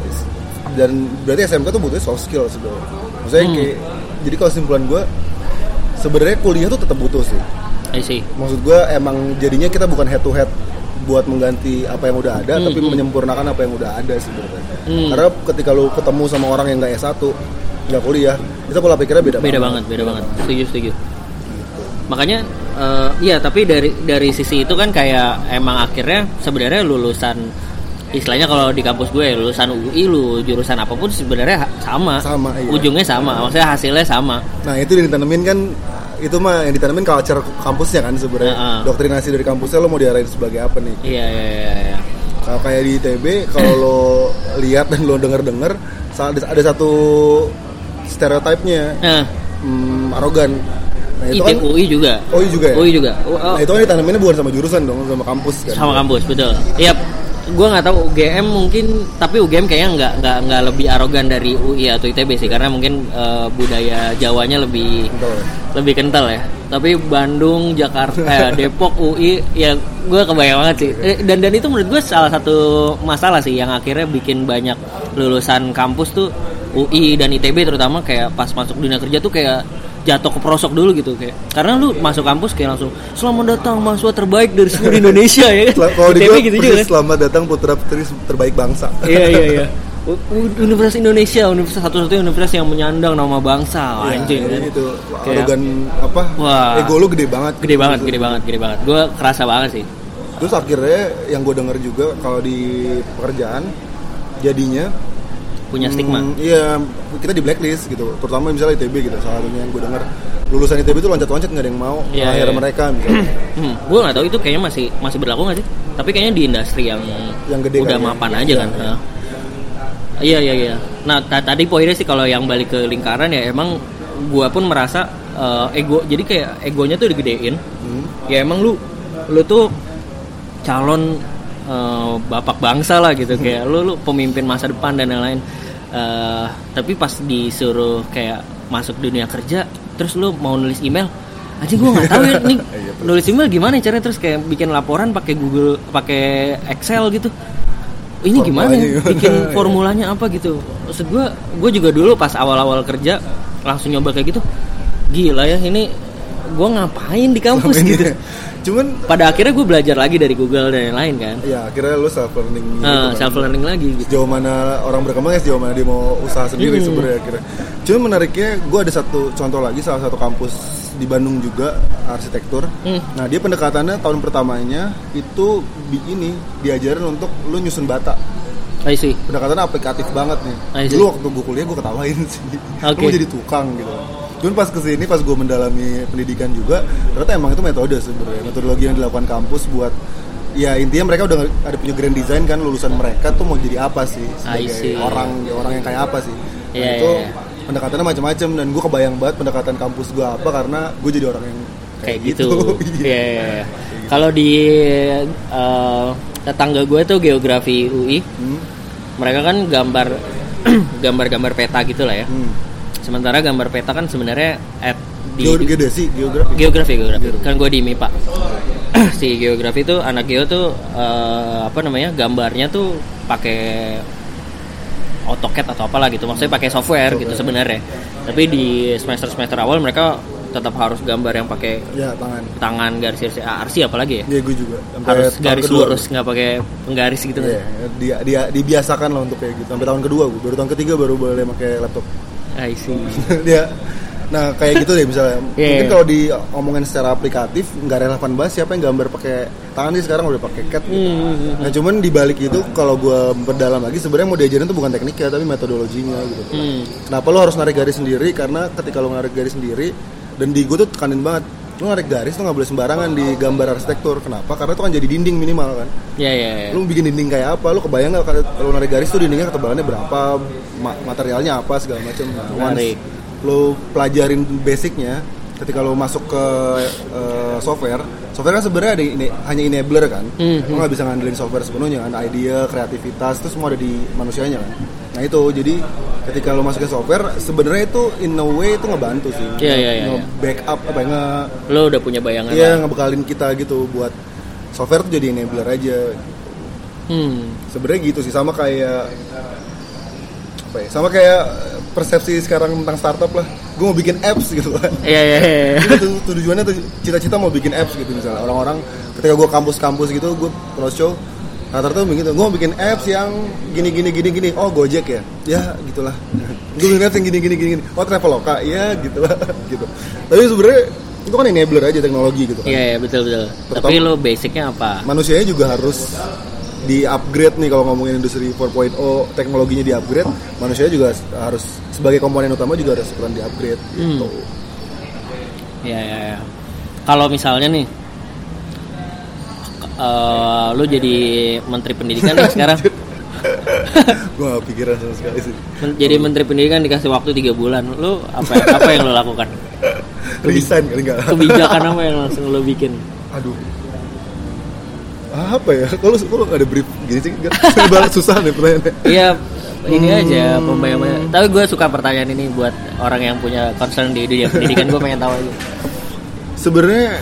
B: Dan berarti S M K tuh butuhnya soft skill sebenarnya. Maksudnya hmm. kayak jadi kalau kesimpulan gue sebenarnya kuliah tuh tetap butuh sih.
A: I see.
B: Maksud gue emang jadinya kita bukan head to head buat mengganti apa yang udah ada, hmm, tapi hmm. menyempurnakan apa yang udah ada sebenarnya. Hmm. Karena ketika lu ketemu sama orang yang nggak S satu, nggak kuliah, itu pola pikirnya beda.
A: Beda banget, beda banget. Setuju, setuju. Makanya, uh, iya tapi dari dari sisi itu kan kayak emang akhirnya sebenarnya lulusan istilahnya kalau di kampus gue lulusan U I lu jurusan apapun sebenarnya sama,
B: sama iya.
A: Ujungnya sama, maksudnya hasilnya sama.
B: Nah itu yang ditanemin kan, itu mah yang ditanemin culture kampusnya kan sebenarnya. Uh-huh. Doktrinasi dari kampusnya lo mau diarahin sebagai apa nih?
A: Iya iya iya. iya.
B: Kalau kayak di I T B kalau lo lihat dan lo denger-denger ada satu stereotipnya, uh. hmm, arogan. Nah, itu kan
A: U I juga.
B: U I juga ya?
A: U I juga. Oh, oh.
B: Nah itu kan ditaneminnya bukan sama jurusan dong, sama kampus kan?
A: Sama kampus, betul. Iya. Gue nggak tahu U G M mungkin, tapi U G M kayaknya nggak nggak nggak lebih arogan dari U I atau I T B sih, karena mungkin uh, budaya Jawanya lebih kental. lebih kental ya. Tapi Bandung, Jakarta, eh, Depok, U I, ya gue kebayang banget sih. Dan dan itu menurut gue salah satu masalah sih yang akhirnya bikin banyak lulusan kampus tuh U I dan I T B terutama kayak pas masuk dunia kerja tuh kayak jatuh ke prosok dulu gitu kayak, karena lu masuk kampus kayak langsung selamat datang mahasiswa terbaik dari seluruh Indonesia ya kan.
B: Kalau di gue gitu juga, selamat datang putra putri terbaik bangsa.
A: Iya iya iya. Universitas Indonesia, universitas satu-satunya universitas yang menyandang nama bangsa,
B: ya,
A: anjing kan.
B: Itu arogan apa?
A: Wah,
B: ego lu gede banget.
A: Gede banget, gede banget, gede banget. Gue kerasa banget sih.
B: Terus akhirnya yang gue denger juga kalau di pekerjaan jadinya
A: punya stigma.
B: Hmm, iya, kita di blacklist gitu. Terutama misalnya I T B gitu, salah satunya yang gue dengar lulusan I T B itu loncat-loncat nggak ada yang mau.
A: Iya,
B: akhirnya
A: iya.
B: mereka misalnya.
A: Hmm, gue nggak tahu itu kayaknya masih masih berlaku nggak sih? Tapi kayaknya di industri yang,
B: Yang gede
A: udah
B: kan,
A: mapan
B: ya.
A: aja
B: Iya,
A: kan.
B: iya.
A: Nah. Iya iya iya. Nah t- tadi poinnya sih kalau yang balik ke lingkaran ya emang gue pun merasa uh, ego. Jadi kayak egonya tuh digedein.
B: Hmm.
A: Ya emang lu lu tuh calon uh, bapak bangsa lah gitu, kayak lu lu pemimpin masa depan dan lain-lain. Uh, tapi pas disuruh kayak masuk dunia kerja, terus lu mau nulis email, aja gue nggak tahu ya nih nulis email gimana caranya, terus kayak bikin laporan pakai Google, pakai Excel gitu. Ini gimana?
B: Formulanya.
A: Bikin formulanya apa gitu? Maksud gue, gue juga dulu pas awal-awal kerja langsung nyoba kayak gitu. Gila ya, ini gue ngapain di kampus
B: Selama ini
A: gitu.
B: ya. Cuman
A: Pada akhirnya gue belajar lagi dari Google dan lain-lain kan.
B: ya akhirnya lu self learning gitu.
A: Uh,
B: kan.
A: self learning lagi gitu.
B: Sejauh mana orang berkembang ya sejauh mana dia mau usaha sendiri
A: Hmm.
B: sebenarnya akhirnya. Cuman menariknya gue ada satu contoh lagi, salah satu kampus di Bandung juga arsitektur.
A: Hmm.
B: Nah dia pendekatannya tahun pertamanya itu bi- ini diajarin untuk lu nyusun bata.
A: I see.
B: Pendekatannya aplikatif banget nih.
A: I see.
B: Dulu waktu gue kuliah gue ketawain sih.
A: Oke.
B: Gue mau jadi tukang gitu. Cuman pas kesini, pas gue mendalami pendidikan juga, ternyata emang itu metode sebenarnya, metodologi yang dilakukan kampus buat, ya intinya mereka udah ada punya grand design kan, lulusan mereka tuh mau jadi apa sih
A: I see.
B: sebagai orang, ya orang yang kayak apa sih. Nah,
A: Yeah,
B: itu
A: yeah, yeah.
B: pendekatannya macam-macam dan gue kebayang banget pendekatan kampus gue apa karena gue jadi orang yang
A: Kayak gitu.
B: Iya.
A: Iya. iya, iya. Kalau di uh, tetangga gue tuh geografi U I,
B: Hmm.
A: mereka kan gambar gambar-gambar peta gitu lah ya.
B: Hmm.
A: Sementara gambar peta kan sebenarnya at di
B: Geo- geodesi, geografi.
A: geografi geografi kan gue di M I P A. Si geografi tuh anak geo tuh uh, apa namanya, gambarnya tuh pakai AutoCAD atau apalah gitu, maksudnya pakai software gitu sebenarnya. Tapi di semester semester awal mereka tetap harus gambar yang pakai
B: Ya tangan.
A: tangan garis-garis A R C apalagi ya.
B: Iya gue juga. Sampai
A: Harus
B: tahun
A: garis
B: kedua.
A: lurus, nggak pakai penggaris gitu kan.
B: Iya, dia, dia dibiasakan lah untuk kayak gitu. Sampai tahun kedua gue, baru tahun ketiga baru boleh pakai laptop.
A: I see.
B: Dia, nah kayak gitu deh misalnya.
A: Yeah.
B: Mungkin kalau diomongin secara aplikatif nggak relevan banget siapa yang gambar pakai tangan sih, sekarang udah pakai C A D. Gitu.
A: Hmm.
B: Nah cuman dibalik itu kalau gue berdalam lagi sebenarnya mau diajarin tuh bukan tekniknya tapi metodologinya gitu.
A: Hmm.
B: Kenapa lo harus narik garis sendiri? Karena ketika lo narik garis sendiri, dan di gue tuh tekanin banget, lo narik garis tuh nggak boleh sembarangan di gambar arsitektur. Kenapa? Karena itu kan jadi dinding minimal kan.
A: Ya ya ya.
B: Lu bikin dinding kayak apa? Lu kebayang nggak kalau narik garis tuh dindingnya ketebalannya berapa, ma- materialnya apa segala macam. Nah,
A: Menarik.
B: once lu pelajarin basicnya, ketika lu masuk ke uh, software, software kan sebenarnya ada ini, hanya enabler kan.
A: Mm-hmm.
B: Lu nggak bisa ngandelin software sepenuhnya kan, idea, kreativitas itu semua ada di manusianya kan. Nah itu jadi ketika lu masuk ke software sebenarnya itu in a way itu ngebantu sih.
A: Iya, iya, iya.
B: Nge-backup apa nge
A: Lo udah punya bayangan
B: Iya,
A: lah.
B: ngebekalin kita gitu buat software tuh jadi enabler aja.
A: Hmm.
B: Sebenarnya gitu sih, sama kayak apa ya? Sama kayak persepsi sekarang tentang startup lah. Gue mau bikin apps gitu kan.
A: Iya iya iya.
B: Itu tuh, tujuannya tuh cita-cita mau bikin apps gitu misalnya. Orang-orang ketika gue kampus-kampus gitu, gue roadshow, rata-rata begitu. Gue mau bikin apps yang gini gini gini gini. Oh Gojek ya, ya gitulah. Gue bikin apps yang gini gini gini gini. Oh Traveloka, ya gitulah. Gitu. Tapi sebenarnya itu kan enabler aja teknologi gitu kan.
A: Iya iya betul betul.
B: Pertama-
A: Tapi lo basicnya apa?
B: Manusianya juga harus di-upgrade nih kalau ngomongin industri empat titik nol, teknologinya di-upgrade, manusianya juga harus sebagai komponen utama juga harus peran di-upgrade gitu.
A: Hmm. Iya iya iya. Kalau misalnya nih uh, lo jadi menteri pendidikan nih sekarang.
B: Gue gak pikiran sama sekali sih.
A: Men- jadi menteri pendidikan dikasih waktu tiga bulan. Lo apa apa yang lo lakukan?
B: Resign kali enggak?
A: Kebijakan apa yang langsung lo bikin?
B: Aduh. Apa ya? Kalau kalau ada brief gini sih kan susah nih pertanyaannya.
A: Iya, ini
B: Hmm.
A: aja pembayang-bayang. Tapi gue suka pertanyaan ini buat orang yang punya concern di dunia pendidikan. Gue pengen tahu aja.
B: Sebenarnya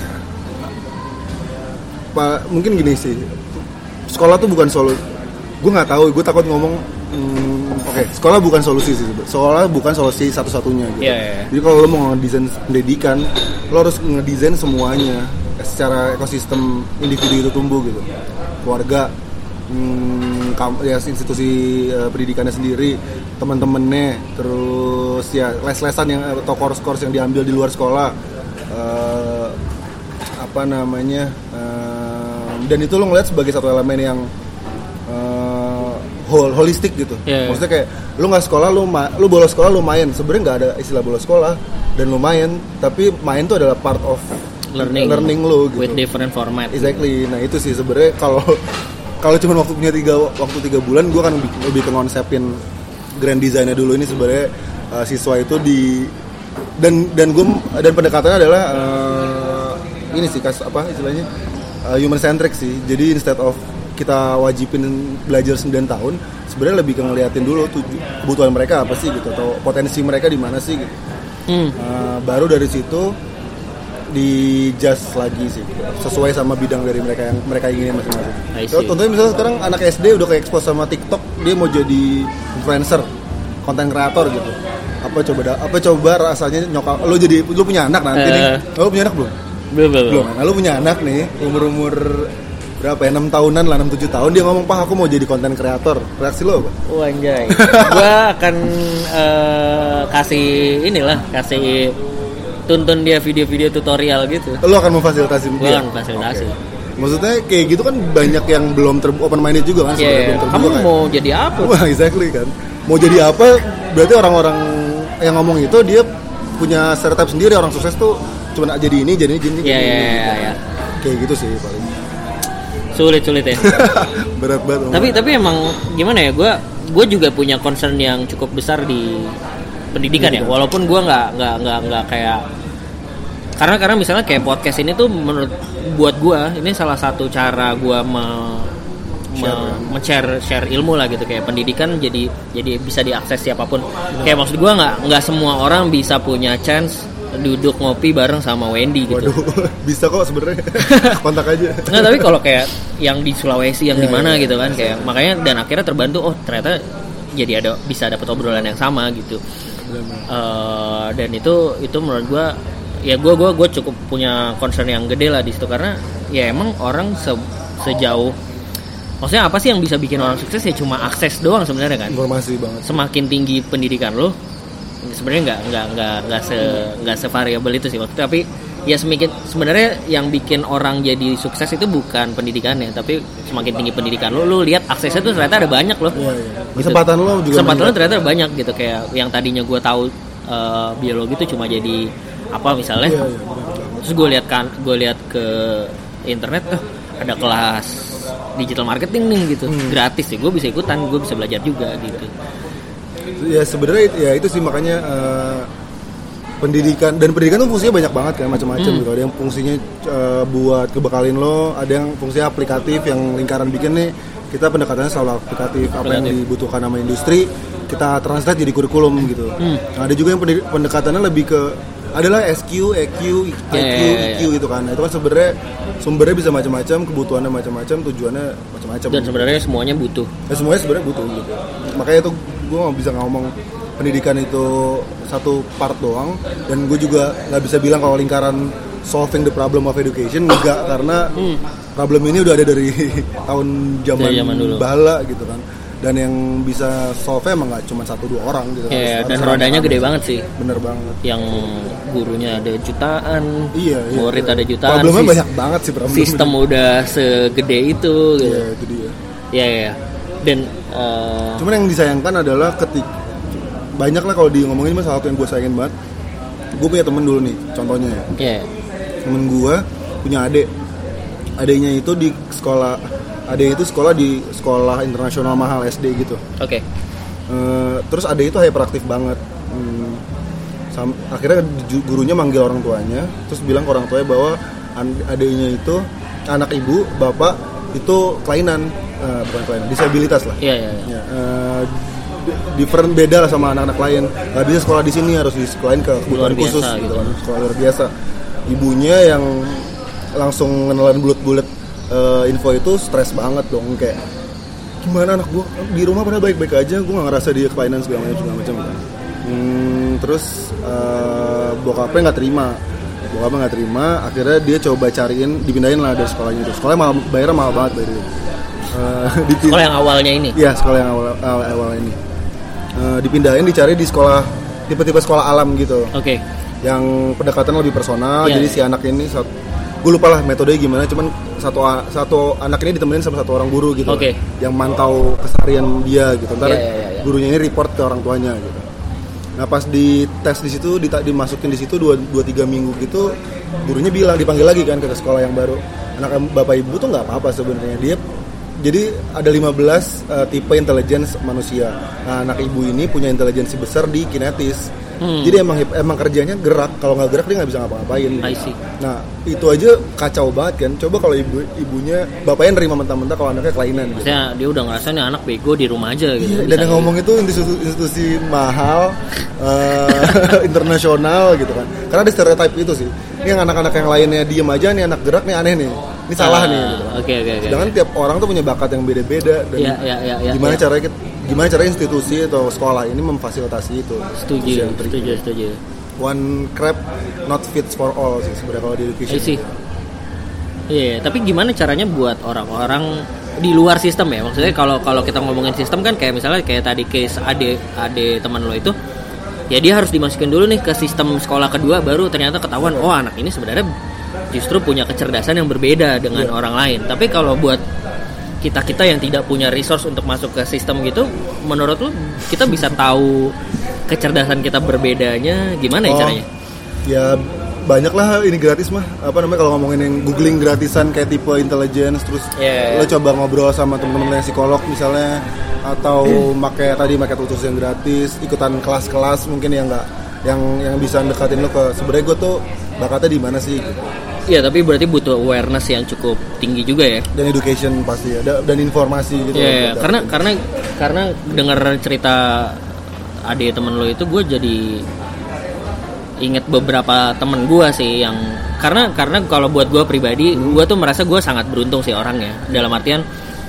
B: Pak, mungkin gini sih. Sekolah tuh bukan solusi. Gue nggak tahu, gue takut ngomong hmm, oke, okay, sekolah bukan solusi sih. Sekolah bukan solusi satu-satunya gitu.
A: Iya, iya, iya.
B: Jadi kalau lo mau ngedesain pendidikan, lo harus ngedesain semuanya secara ekosistem individu itu tumbuh gitu. Keluarga, hmm, kam- ya institusi uh, pendidikannya sendiri, teman-temannya, terus ya les-lesan yang atau course-course yang diambil di luar sekolah, uh, apa namanya, uh, dan itu lo ngeliat sebagai satu elemen yang uh, whole, holistik gitu.
A: Yeah,
B: maksudnya kayak lu nggak sekolah, lu ma- lu bolos sekolah, lu main. Sebenarnya nggak ada istilah bolos sekolah dan lu main, tapi main tuh adalah part of
A: learning,
B: learning lu gitu.
A: With different format.
B: Exactly. Nah itu sih sebenarnya kalau kalau cuma waktu punya tiga waktu tiga bulan, gue kan lebih, lebih ke konsepin grand design-nya dulu. Ini sebenarnya uh, siswa itu di dan dan gue dan pendekatannya adalah uh, ini sih kas apa istilahnya uh, human centric sih. Jadi instead of kita wajibin belajar sembilan tahun, sebenarnya lebih ke ngeliatin dulu tuh kebutuhan mereka apa sih gitu, atau potensi mereka di mana sih gitu. Hmm. Uh, baru dari situ di just lagi sih gitu, sesuai sama bidang dari mereka yang mereka inginin masing-masing. So, contohnya misalnya sekarang anak S D udah kayak expose sama TikTok, dia mau jadi influencer, konten kreator gitu. Apa coba apa coba rasanya nyokap lu jadi lu punya anak nanti uh, nih. Lu punya anak belum?
A: Belum, belum.
B: Belum. Nah, lu punya anak nih, umur-umur berapa ya? enam tahunan lah, enam tujuh tahun, dia ngomong, "Pak, aku mau jadi konten kreator." Reaksi lu apa?
A: Oh, anjay. Gua akan uh, kasih inilah, kasih tuntun dia video-video tutorial gitu.
B: Lu akan memfasilitasi dia?
A: Gua akan memfasilitasi.
B: Okay. Maksudnya kayak gitu kan banyak yang belum ter- open minded juga kan,
A: yeah,
B: belum terbuka.
A: Kamu
B: kan?
A: Mau jadi apa?
B: Wah, exactly kan. Mau jadi apa? Berarti orang-orang yang ngomong itu dia punya stereotip sendiri. Orang sukses tuh cuma jadi ini, jadi ini, jadi ini.
A: Iya, iya, iya.
B: Kayak gitu sih paling.
A: Sulit-sulit ya.
B: Berat banget.
A: Tapi tapi emang gimana ya? Gue gue juga punya concern yang cukup besar di pendidikan ya. Walaupun gue nggak nggak nggak nggak kayak karena karena misalnya kayak podcast ini tuh menurut buat gue ini salah satu cara gue me, me, share share ilmu lah gitu, kayak pendidikan jadi jadi bisa diakses siapapun. Benar. Kayak maksud gue nggak nggak semua orang bisa punya chance duduk ngopi bareng sama Wendy gitu.
B: Waduh, bisa kok sebenarnya. Kontak aja.
A: Nggak, tapi kalau kayak yang di Sulawesi yang ya, di mana ya, gitu kan, kayak makanya dan akhirnya terbantu, oh ternyata jadi ada bisa dapat obrolan yang sama gitu. Uh, dan itu itu menurut gue ya gue gue gue cukup punya concern yang gede lah di situ, karena ya emang orang se, sejauh maksudnya apa sih yang bisa bikin orang sukses ya cuma akses doang sebenarnya kan.
B: Informasi banget.
A: Semakin tinggi pendidikan lo sebenarnya nggak nggak nggak nggak se nggak sevariabel itu sih maksudnya, tapi ya semakin sebenarnya yang bikin orang jadi sukses itu bukan pendidikannya, tapi semakin tinggi pendidikan lo lo lihat aksesnya tuh ternyata ada banyak loh.
B: Iya, iya. Kesempatan gitu. Lo juga
A: kesempatan lo ternyata banyak gitu, kayak yang tadinya gue tahu uh, biologi itu cuma jadi apa misalnya, iya, iya, terus gue lihat kan gue lihat ke internet eh, ada kelas digital marketing nih gitu, hmm. gratis sih, gue bisa ikutan, gue bisa belajar juga gitu.
B: Ya sebenarnya ya itu sih makanya uh, pendidikan dan pendidikan tuh fungsinya banyak banget kan, macam-macam hmm. gitu. Ada yang fungsinya uh, buat kebekalin lo, ada yang fungsinya aplikatif yang lingkaran bikin nih. Kita pendekatannya selalu aplikatif, apa aplikatif. Yang dibutuhkan sama industri kita translate jadi kurikulum gitu. Hmm. Nah, ada juga yang pendekatannya lebih ke adalah S Q, E Q, I Q, yeah, yeah, yeah. E Q gitu kan. Nah, itu kan sebenarnya sumbernya bisa macam-macam, kebutuhannya macam-macam, tujuannya macam-macam.
A: Dan sebenarnya semuanya butuh.
B: Ya, semuanya sebenarnya butuh gitu. Makanya itu gue nggak bisa ngomong pendidikan itu satu part doang, dan gue juga nggak bisa bilang kalau lingkaran solving the problem of education enggak, karena hmm. problem ini udah ada dari tahun zaman, zaman bala gitu kan. Dan yang bisa solve emang nggak cuma satu dua orang gitu.
A: Iya, dan rodanya gede banget sih.
B: Bener banget.
A: Yang gurunya ada jutaan,
B: iya, iya,
A: murid
B: iya.
A: ada jutaan.
B: Problemnya banyak banget sih problem.
A: Sistem ini udah segede itu. Gitu.
B: Iya, itu dia.
A: Iya, iya. Dan uh,
B: cuman yang disayangkan adalah ketika banyak lah kalau di ngomongin mah salah satu yang gue sayangin banget. Gue punya temen dulu nih, contohnya ya. Iya. Yeah. Temen gue punya adik. Adiknya itu di sekolah. Adek itu sekolah di sekolah internasional mahal S D gitu.
A: Oke. Okay.
B: Uh, terus adek itu hyperaktif banget. Hmm, sam- akhirnya gurunya manggil orang tuanya, terus bilang ke orang tuanya bahwa adeknya itu anak ibu, bapak itu kelainan, uh, bukan kelainan, disabilitas lah.
A: Iya yeah, iya. Yeah, yeah.
B: uh, different beda lah sama anak-anak lain. Gak bisa sekolah di sini, harus disekolahin ke kebutuhan khusus gitu kan. Sekolah luar biasa. Ibunya yang langsung ngenelan bulet-bulet Uh, info itu stres banget dong, kayak gimana anak gue di rumah pada baik-baik aja, gue nggak ngerasa dia kelainan segala macam segala macam kan. Hmm, terus uh, bokapnya nggak terima, bokapnya nggak terima, akhirnya dia coba cariin, dipindahin lah dari sekolahnya itu. Sekolahnya mahal, bayarnya mahal banget dari itu. Uh, dipin-
A: sekolah yang awalnya ini?
B: Iya, sekolah yang awal awal, awal ini. Uh, dipindahin, dicari di sekolah tipe-tipe sekolah alam gitu.
A: Oke. Okay.
B: Yang pendekatan lebih personal, yeah. Jadi si anak ini gue lupa lah metodenya gimana, cuman satu satu anak ini ditemenin sama satu orang guru gitu,
A: okay.
B: yang mantau keseharian dia gitu. Ntar
A: yeah, yeah, yeah.
B: gurunya ini report ke orang tuanya gitu. Nah pas di tes di situ, dimasukin di situ dua dua tiga minggu gitu, gurunya bilang, dipanggil lagi kan ke sekolah yang baru, anak bapak ibu tuh nggak apa-apa sebenarnya, dia jadi ada lima belas uh, tipe intelligence manusia. Nah anak ibu ini punya intelijensi besar di kinetis. Hmm. Jadi emang emang kerjanya gerak, kalau nggak gerak dia nggak bisa ngapa-ngapain.
A: I see.
B: Nah itu aja kacau banget kan. Coba kalau ibu ibunya bapaknya nerima mentah-mentah kalau anaknya kelainan.
A: Maksudnya gitu. Dia udah ngerasa nih anak bego di rumah aja gitu.
B: Iya, dan yang ngomong itu institusi, institusi mahal, uh, internasional gitu kan. Karena ada stereotype itu sih. Ini yang anak-anak yang lainnya diem aja, nih anak gerak nih aneh nih. Ini salah uh, nih. Gitu kan.
A: Oke oke oke.
B: Sedangkan tiap orang tuh punya bakat yang beda-beda dan
A: ya, ya, ya, ya,
B: gimana
A: ya.
B: caranya gimana cara institusi atau sekolah ini memfasilitasi itu.
A: Setuju, setuju, setuju.
B: One crab not fits for all sih sebenarnya kalau di education.
A: Iya sih. Iya, yeah, tapi gimana caranya buat orang-orang di luar sistem ya? Maksudnya kalau kalau kita ngomongin sistem kan kayak misalnya kayak tadi case ade ade teman lo itu, ya dia harus dimasukin dulu nih ke sistem sekolah kedua baru ternyata ketahuan oh anak ini sebenarnya justru punya kecerdasan yang berbeda dengan yeah. orang lain. Tapi kalau buat kita-kita yang tidak punya resource untuk masuk ke sistem gitu, menurut lu kita bisa tahu kecerdasan kita berbedanya gimana ya oh, caranya?
B: Ya banyak lah ini gratis mah. Apa namanya kalau ngomongin yang googling gratisan kayak tipe intelligence, terus yeah, lo yeah. coba ngobrol sama temen-temen yang psikolog misalnya, atau pakai tadi pakai tutus yang gratis, ikutan kelas-kelas mungkin yang nggak yang yang bisa dekatin lo ke sebenarnya gue tuh bakatnya di mana sih gitu.
A: Iya, tapi berarti butuh awareness yang cukup tinggi juga ya.
B: Dan education pasti ya, dan informasi gitu.
A: Iya, yeah, karena karena karena dengar cerita adik temen lo itu, gue jadi inget beberapa temen gue sih yang karena karena kalau buat gue pribadi, hmm. gue tuh merasa gue sangat beruntung sih orangnya. Dalam artian,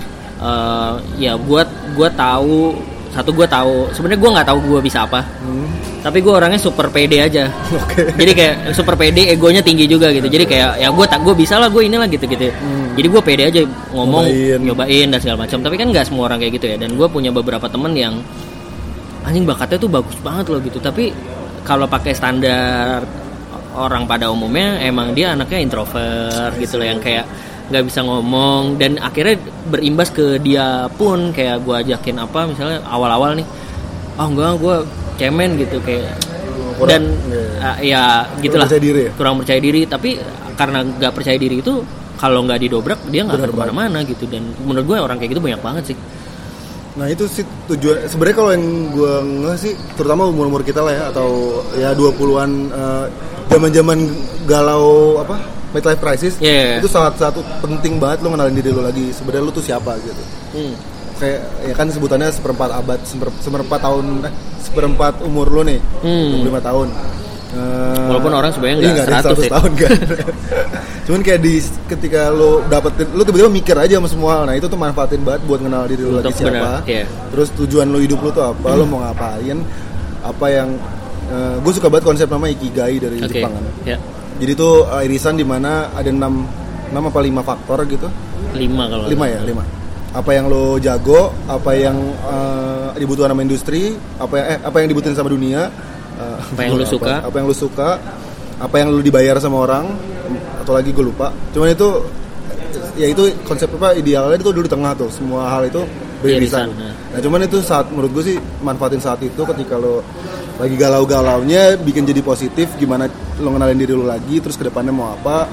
A: uh, ya buat gue tahu satu gue tahu sebenarnya gue nggak tahu gue bisa apa. Hmm. Tapi gue orangnya super pede aja. Okay. Jadi kayak super pede, egonya tinggi juga gitu. Jadi kayak ya gue tak gue bisa lah, gue inilah gitu-gitu. Hmm. Jadi gue pede aja ngomong, nyobain, nyobain dan segala macam. Tapi kan nggak semua orang kayak gitu ya. Dan gue punya beberapa temen yang anjing bakatnya tuh bagus banget loh gitu. Tapi kalau pakai standar orang pada umumnya, emang dia anaknya introvert gitu loh, yang kayak nggak bisa ngomong. Dan akhirnya berimbas ke dia pun kayak gue ajakin apa misalnya awal-awal nih, oh enggak gue cemen gitu kayak kurang, dan ya, uh, ya gitulah kurang percaya diri, ya? kurang percaya diri. Tapi karena nggak percaya diri itu kalau nggak didobrak dia nggak akan kemana-mana gitu. Dan menurut gue orang kayak gitu banyak banget sih.
B: Nah itu sih tujuan sebenarnya kalau yang gue nggak sih, terutama umur-umur kita lah ya, atau ya dua puluhan uh, zaman-zaman galau apa midlife crisis, yeah. itu salah satu penting banget lo ngenalin diri lo lagi sebenarnya lo tuh siapa gitu. Hmm. Kayak ya kan sebutannya seperempat abad, seperempat tahun, eh, seperempat umur lo nih, hmm. dua puluh lima tahun. Uh,
A: Walaupun orang sebenarnya nggak
B: seratus ya. tahun kan. Cuman kayak di ketika lo dapetin, lo tiba-tiba mikir aja sama semua. Nah itu tuh manfaatin banget buat kenal diri lo lagi siapa. Bener, yeah. Terus tujuan lo hidup lo tuh apa, hmm. lo mau ngapain, apa yang uh, gue suka banget konsep nama Ikigai dari okay. Jepang kan. Yeah. Jadi tuh uh, irisan di mana ada enam enam apa lima faktor gitu.
A: Lima kalau.
B: Lima ya lima. Apa yang lo jago, apa yang uh, dibutuhkan sama industri, apa yang eh apa yang dibutuhin sama dunia, uh,
A: apa yang lo suka,
B: apa yang lo suka, apa yang lo dibayar sama orang, atau lagi gue lupa. Cuman itu ya itu konsep apa idealnya itu dulu di tengah tuh, semua hal itu beririsan. Nah. nah cuman itu saat menurut gue sih manfaatin saat itu ketika lo lagi galau-galaunya bikin jadi positif, gimana lo ngenalin diri lo lagi, terus kedepannya mau apa.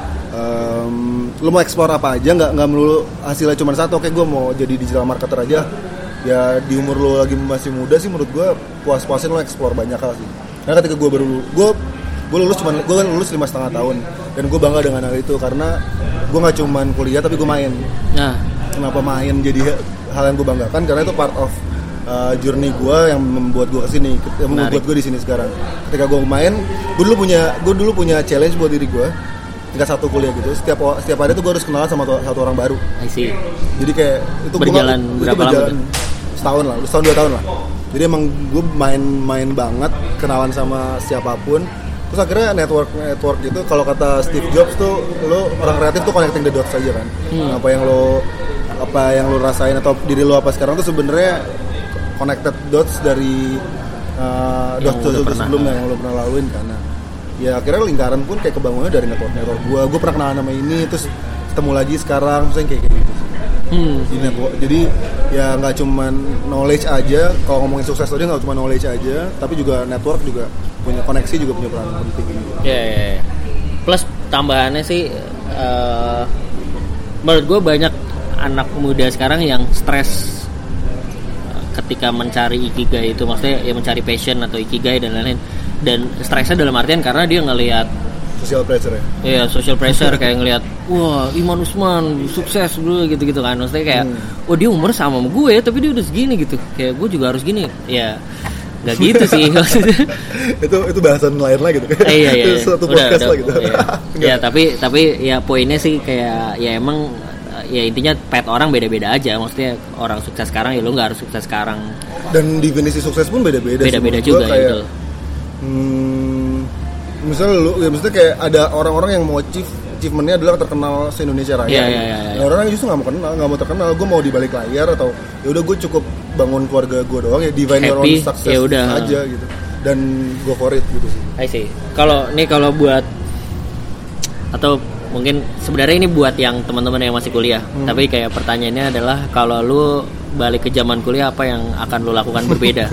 B: Um, lo mau eksplor apa aja, nggak nggak melulu hasilnya cuma satu. Oke gue mau jadi digital marketer aja, ya di umur lo lagi masih muda sih menurut gue puas-puasin lo eksplor banyak hal sih. Karena ketika gue baru gue gue lulus cuma gue kan lulus lima setengah tahun dan gue bangga dengan hal itu karena gue nggak cuma kuliah tapi gue main. Nah kenapa main jadi hal yang gue banggakan karena itu part of uh, journey gue yang membuat gue kesini, yang membuat gue di sini sekarang. Ketika gue main, gue dulu punya gue dulu punya challenge buat diri gue. Tingkat satu kuliah gitu, setiap setiap hari itu gue harus kenalan sama satu orang baru.
A: I see.
B: Jadi kayak itu
A: berjalan
B: gua,
A: berapa
B: itu berjalan
A: lama?
B: Setahun lah, setahun dua tahun lah. Jadi emang gue main-main banget, kenalan sama siapapun. Terus akhirnya network network gitu. Kalau kata Steve Jobs tuh, lo orang kreatif tuh connecting the dots aja kan. Hmm. Apa yang lo apa yang lo rasain atau diri lo apa sekarang tuh sebenarnya connected dots dari uh, dots sebelumnya yang lo pernah laluin karena ya akhirnya lingkaran pun kayak kebangunnya dari network network gue gue pernah kenalan sama ini terus ketemu lagi sekarang misalnya kayak kayak gitu sih. Hmm. Jadi, network, jadi ya nggak cuman knowledge aja, kalau ngomongin sukses tadi nggak cuma knowledge aja, tapi juga network juga punya koneksi juga punya peran penting gitu.
A: Ya, ya, ya. Plus tambahannya sih, uh, menurut gue banyak anak muda sekarang yang stres ketika mencari ikigai itu, maksudnya ya mencari passion atau ikigai dan lain-lain, dan stresnya dalam artian karena dia ngelihat
B: social pressure ya.
A: Iya, social pressure kayak ngelihat wah, Iman Usman sukses dulu gitu-gitu kan. Maksudnya kayak hmm. oh dia umur sama sama gue tapi dia udah segini gitu. Kayak gue juga harus gini. Ya enggak gitu sih maksudnya.
B: itu itu bahasan lain lah gitu.
A: Eh, iya iya.
B: Itu satu podcast
A: udah,
B: lah gitu.
A: Iya. Ya, tapi tapi ya poinnya sih kayak ya emang ya intinya pet orang beda-beda aja. Maksudnya orang sukses sekarang ya lu enggak harus sukses sekarang.
B: Dan definisi sukses pun beda-beda.
A: Beda-beda juga
B: kayak,
A: itu.
B: Hmm, misalnya lu ya maksudnya kayak ada orang-orang yang mau achieve achievementnya adalah terkenal se-Indonesia raya.
A: Yeah, yeah, yeah, yeah.
B: Nah, orang justru nggak mau kenal, nggak mau terkenal. Gue mau di balik layar atau ya udah gue cukup bangun keluarga gue doang ya, divine your own success
A: yaudah.
B: aja gitu. Dan go for it gitu sih.
A: I see. Kalau nih kalau buat atau mungkin sebenarnya ini buat yang teman-teman yang masih kuliah. Hmm. Tapi kayak pertanyaannya adalah kalau lu balik ke zaman kuliah apa yang akan lu lakukan berbeda?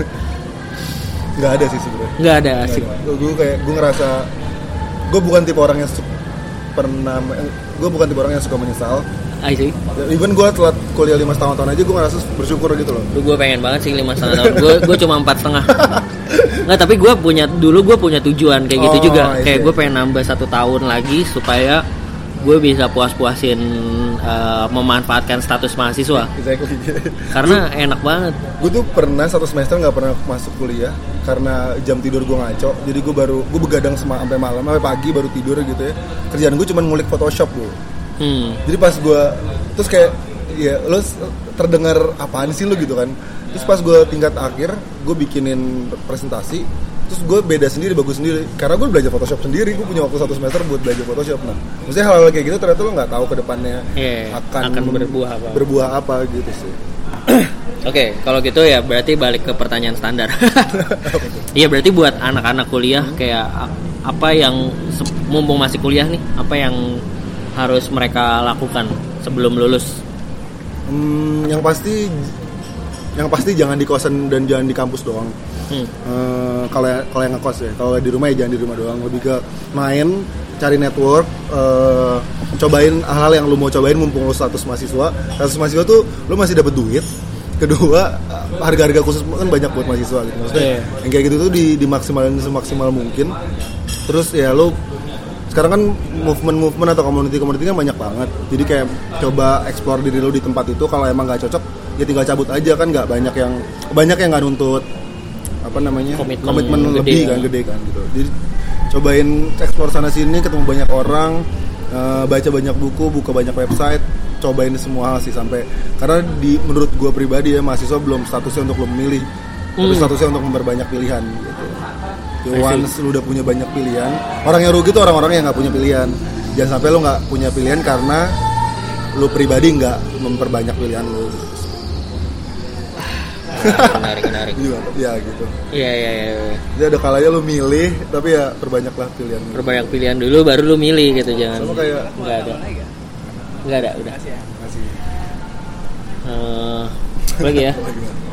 B: Nggak ada sih sebenarnya.
A: Nggak ada sih.
B: Gue kayak gue ngerasa gue bukan tipe orang yang su- pernah gue bukan tipe orang yang suka menyesal.
A: I see.
B: Even gue telat kuliah lima setengah tahun aja gue ngerasa bersyukur gitu loh.
A: Gue pengen banget sih lima setengah tahun. Gue gue cuma empat setengah. Nggak, tapi gue punya dulu gue punya tujuan kayak gitu oh, juga. Kayak gue pengen nambah satu tahun lagi supaya gue bisa puas-puasin uh, memanfaatkan status mahasiswa.
B: Exactly.
A: Karena enak banget.
B: Gue tuh pernah satu semester nggak pernah masuk kuliah karena jam tidur gue ngaco. Jadi gue baru gue begadang sema- sampai malam, sampai pagi baru tidur gitu ya. Kerjaan gue cuma ngulik Photoshop gue. Hmm. Jadi pas gue terus kayak ya lo terdengar apaan sih lo gitu kan. Terus pas gue tingkat akhir gue bikinin presentasi. Terus gue beda sendiri, bagus sendiri. Karena gue belajar Photoshop sendiri, gue punya waktu satu semester buat belajar Photoshop. Nah, maksudnya hal-hal kayak gitu ternyata lo nggak tahu ke depannya
A: yeah,
B: akan,
A: akan berbuah apa.
B: Berbuah apa gitu sih.
A: Oke, okay, kalau gitu ya berarti balik ke pertanyaan standar. Iya, berarti buat anak-anak kuliah hmm. kayak apa yang mumpung masih kuliah nih, apa yang harus mereka lakukan sebelum lulus?
B: Hmm, yang pasti, yang pasti jangan di kosan dan jangan di kampus doang. Hmm. Uh, kalau kalau yang ngekos ya, kalau di rumah ya jangan di rumah doang, lebih ke main, cari network, uh, cobain hal-hal yang lu mau cobain mumpung lu status mahasiswa. Status mahasiswa tuh lu masih dapat duit. Kedua, harga-harga khusus kan banyak buat mahasiswa gitu. Maksudnya yeah. yang kayak gitu tuh di dimaksimalin semaksimal mungkin. Terus ya lu sekarang kan movement-movement atau community-community kan banyak banget. Jadi kayak coba explore diri lu di tempat itu. Kalau emang nggak cocok, ya tinggal cabut aja kan. Nggak banyak yang banyak yang nggak nuntut apa namanya komitmen, komitmen lebih kan, gede kan gitu. Jadi cobain explore sana sini, ketemu banyak orang, uh, baca banyak buku, buka banyak website, cobain semua hal sih sampai karena di menurut gue pribadi ya mahasiswa belum statusnya untuk lo memilih, hmm. tapi statusnya untuk memperbanyak pilihan gitu. Jadi once lu udah punya banyak pilihan, orang yang rugi tuh orang-orang yang nggak punya pilihan. Jangan sampai lo nggak punya pilihan karena lo pribadi nggak memperbanyak pilihan lo.
A: menarik menarik
B: ya gitu
A: iya iya iya
B: jadi ada kalanya lu milih tapi ya perbanyaklah pilihan
A: perbanyak pilihan dulu baru lu milih gitu, jangan
B: sama kayak
A: nggak ada nggak ada udah
B: masih
A: uh, lagi ya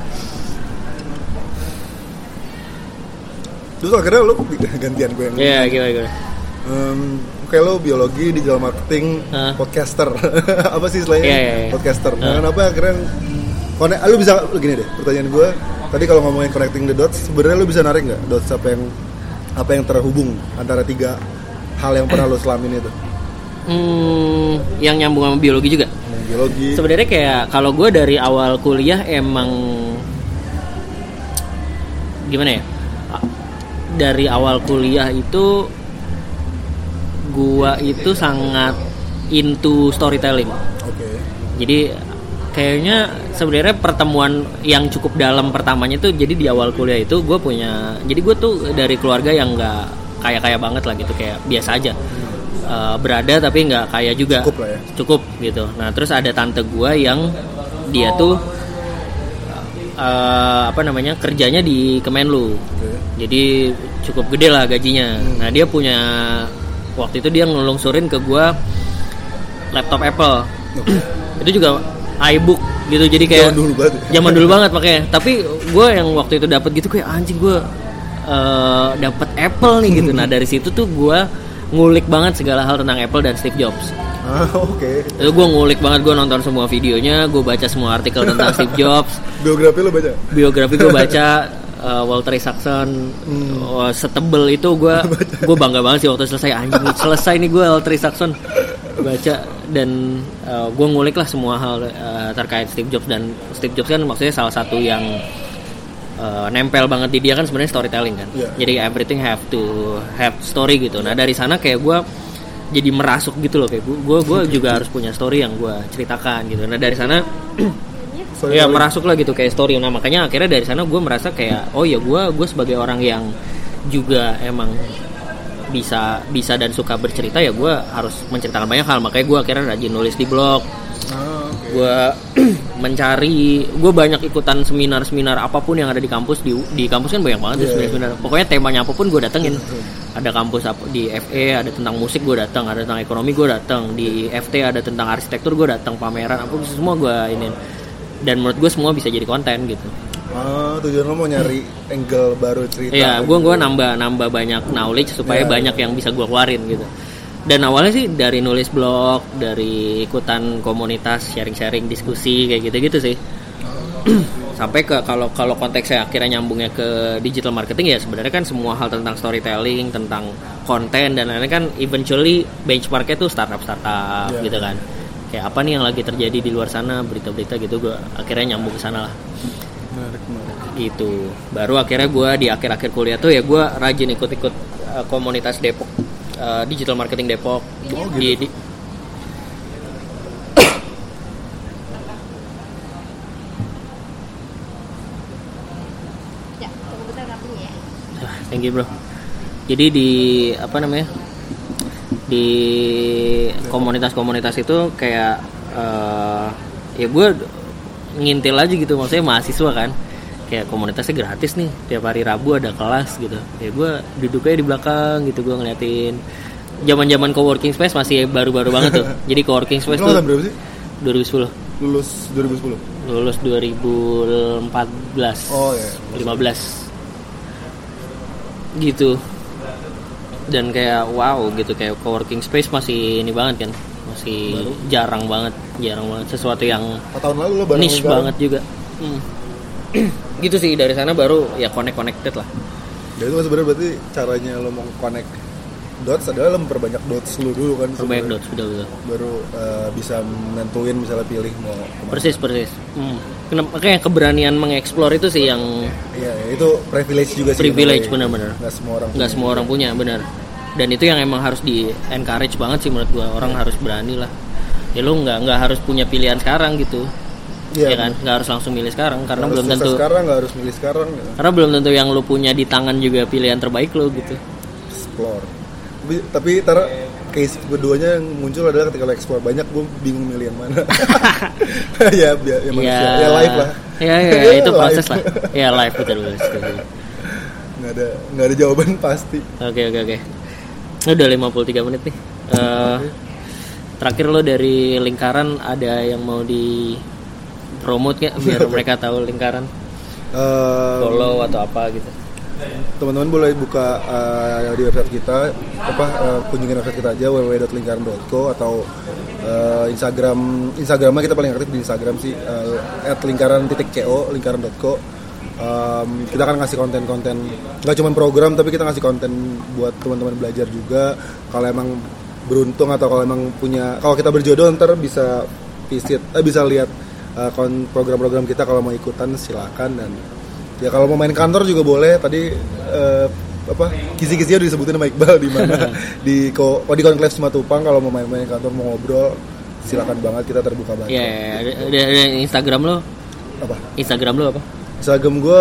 B: terus akhirnya lu gantian gue yang
A: iya gimana gimana
B: um, kayak lo biologi digital marketing huh? podcaster apa sih istilahnya
A: yeah, yeah, yeah.
B: podcaster
A: huh?
B: nah kenapa akhirnya Konek, lu bisa gini deh pertanyaan gue tadi kalau ngomongin connecting the dots sebenarnya lu bisa narik nggak dots apa yang apa yang terhubung antara tiga hal yang pernah lu selamin itu?
A: Hmm, yang nyambung sama biologi juga.
B: Biologi.
A: Sebenarnya kayak kalau gue dari awal kuliah emang gimana ya? Dari awal kuliah itu gue itu sangat into storytelling.
B: Oke. Okay.
A: Jadi kayaknya sebenarnya pertemuan yang cukup dalam pertamanya tuh jadi di awal kuliah itu gue punya, jadi gue tuh dari keluarga yang nggak kaya-kaya banget lah gitu, kayak biasa aja uh, berada tapi nggak kaya juga,
B: cukup lah ya,
A: cukup gitu. Nah terus ada tante gue yang dia tuh uh, apa namanya kerjanya di Kemenlu. Okay. Jadi cukup gede lah gajinya. Hmm. Nah dia punya waktu itu dia ngelungsurin ke gue laptop Apple. Okay. Itu juga iBook gitu, jadi kayak zaman dulu banget. Zaman dulu banget makanya. Tapi gue yang waktu itu dapat gitu kayak anjing gue uh, dapat Apple nih gitu. Nah dari situ tuh gue ngulik banget segala hal tentang Apple dan Steve Jobs.
B: Ah oke. Okay.
A: Itu gue ngulik banget, gue nonton semua videonya, gue baca semua artikel tentang Steve Jobs.
B: Biografi lo baca?
A: Biografi gue baca. Uh, Walter Isaacson hmm. uh, setebel itu gue gue bangga banget sih waktu selesai anjing selesai nih gue Walter Isaacson baca dan uh, gue ngulik lah semua hal uh, terkait Steve Jobs. Dan Steve Jobs kan maksudnya salah satu yang uh, nempel banget di dia kan sebenarnya storytelling kan. Yeah. Jadi everything have to have story gitu. Nah dari sana kayak gue jadi merasuk gitu loh, kayak gue gue juga harus punya story yang gue ceritakan gitu. Nah dari sana Sorry, ya sorry. merasuk lah gitu kayak story. Nah makanya akhirnya dari sana gue merasa kayak oh ya gue gue sebagai orang yang juga emang bisa bisa dan suka bercerita, ya gue harus menceritakan banyak hal. Makanya gue akhirnya rajin nulis di blog. Oh, okay. Gue mencari, gue banyak ikutan seminar-seminar apapun yang ada di kampus. Di di kampus kan banyak banget yeah. seminar-seminar. Pokoknya temanya apapun gue datengin. Ada kampus di F E ada tentang musik gue datang, ada tentang ekonomi gue datang, di F T ada tentang arsitektur gue datang, pameran apa semua gue ini. Dan menurut gue semua bisa jadi konten gitu.
B: Oh, tujuan lo mau nyari angle baru cerita.
A: Iya, gue gue nambah nambah banyak knowledge supaya yeah. banyak yang bisa gue keluarin gitu. Dan awalnya sih dari nulis blog, dari ikutan komunitas, sharing-sharing, diskusi kayak gitu-gitu sih. Sampai ke kalau kalau konteksnya akhirnya nyambungnya ke digital marketing, ya sebenarnya kan semua hal tentang storytelling, tentang konten dan lain-lain kan eventually benchmarknya tuh startup-startup yeah. gitu kan. Kayak apa nih yang lagi terjadi di luar sana, berita-berita gitu, gue akhirnya nyambung ke sana lah.
B: Menarik, menarik.
A: Gitu. Baru akhirnya gue di akhir-akhir kuliah tuh ya gue rajin ikut-ikut uh, komunitas Depok, uh, digital marketing Depok.
B: Oh,
A: di,
B: gitu.
A: di
C: Ya, betul rapinya ya.
A: Thank you bro. Jadi di apa namanya? Di komunitas-komunitas itu kayak uh, ya gue ngintil aja gitu, maksudnya mahasiswa kan, kayak komunitasnya gratis nih, tiap hari Rabu ada kelas gitu, ya gue duduknya di belakang gitu, gue ngeliatin zaman-zaman coworking space masih baru-baru banget tuh. Jadi coworking space tuh
B: berapa sih?
A: dua ribu sepuluh
B: Lulus dua ribu sepuluh
A: Lulus dua ribu empat belas
B: Oh ya,
A: lima belas gitu. Dan kayak wow gitu, kayak coworking space masih ini banget kan, masih baru. jarang banget, jarang banget sesuatu yang
B: tahun lalu lo bareng
A: niche banget juga. Hmm. Gitu sih, dari sana baru ya connect connected lah.
B: Jadi itu sebenarnya berarti caranya lo mau connect dots adalah lo memperbanyak dots lo dulu kan.
A: Perbanyak dots betul betul.
B: Baru uh, bisa nentuin misalnya pilih mau kemana.
A: Persis persis. Hmm. Kenapa kayak keberanian mengeksplor itu sih yang
B: iya ya, itu privilege juga sih.
A: Privilege benar-benar.
B: Nggak semua orang.
A: Nggak semua orang punya benar. Dan itu yang emang harus di encourage banget sih menurut gua, orang harus berani lah. Ya lo nggak nggak harus punya pilihan sekarang gitu. Ya, ya kan, nggak harus langsung milih sekarang karena belum tentu.
B: Sekarang nggak harus milih sekarang. Ya.
A: Karena belum tentu yang lo punya di tangan juga pilihan terbaik lo gitu.
B: Explore. Tapi, tapi tar case keduanya yang muncul adalah ketika lo explore banyak, gue bingung milih yang mana. ya, ya, ya, manusia. Ya, ya live lah.
A: Ya, ya, ya itu proses lah. Ya live betul betul.
B: Nggak ada nggak ada jawaban pasti.
A: Oke oke oke. Udah lima puluh tiga menit nih. Uh, okay. Terakhir lo dari Lingkaran ada yang mau di promote ya biar mereka tahu Lingkaran, um, follow atau apa gitu.
B: Teman-teman boleh buka uh, di website kita, apa uh, kunjungin website kita aja w w w dot lingkaran dot co atau uh, Instagram Instagramnya kita paling aktif di Instagram sih uh, at lingkaran titik co lingkaran dot co. Um, kita akan ngasih konten-konten nggak cuma program, tapi kita ngasih konten buat teman-teman belajar juga. Kalau emang beruntung atau kalau emang punya, kalau kita berjodoh ntar bisa visit, eh, bisa lihat uh, program-program kita. Kalau mau ikutan silakan, dan ya kalau mau main kantor juga boleh. Tadi uh, apa kisi-kisinya udah disebutin sama Iqbal di mana di ko oh, di Conclave Simatupang. Kalau mau main-main kantor, mau ngobrol, silakan banget, kita terbuka banget.
A: Iya, yeah, ada, ada Instagram lo?
B: Apa?
A: Instagram lo apa?
B: Instagram gue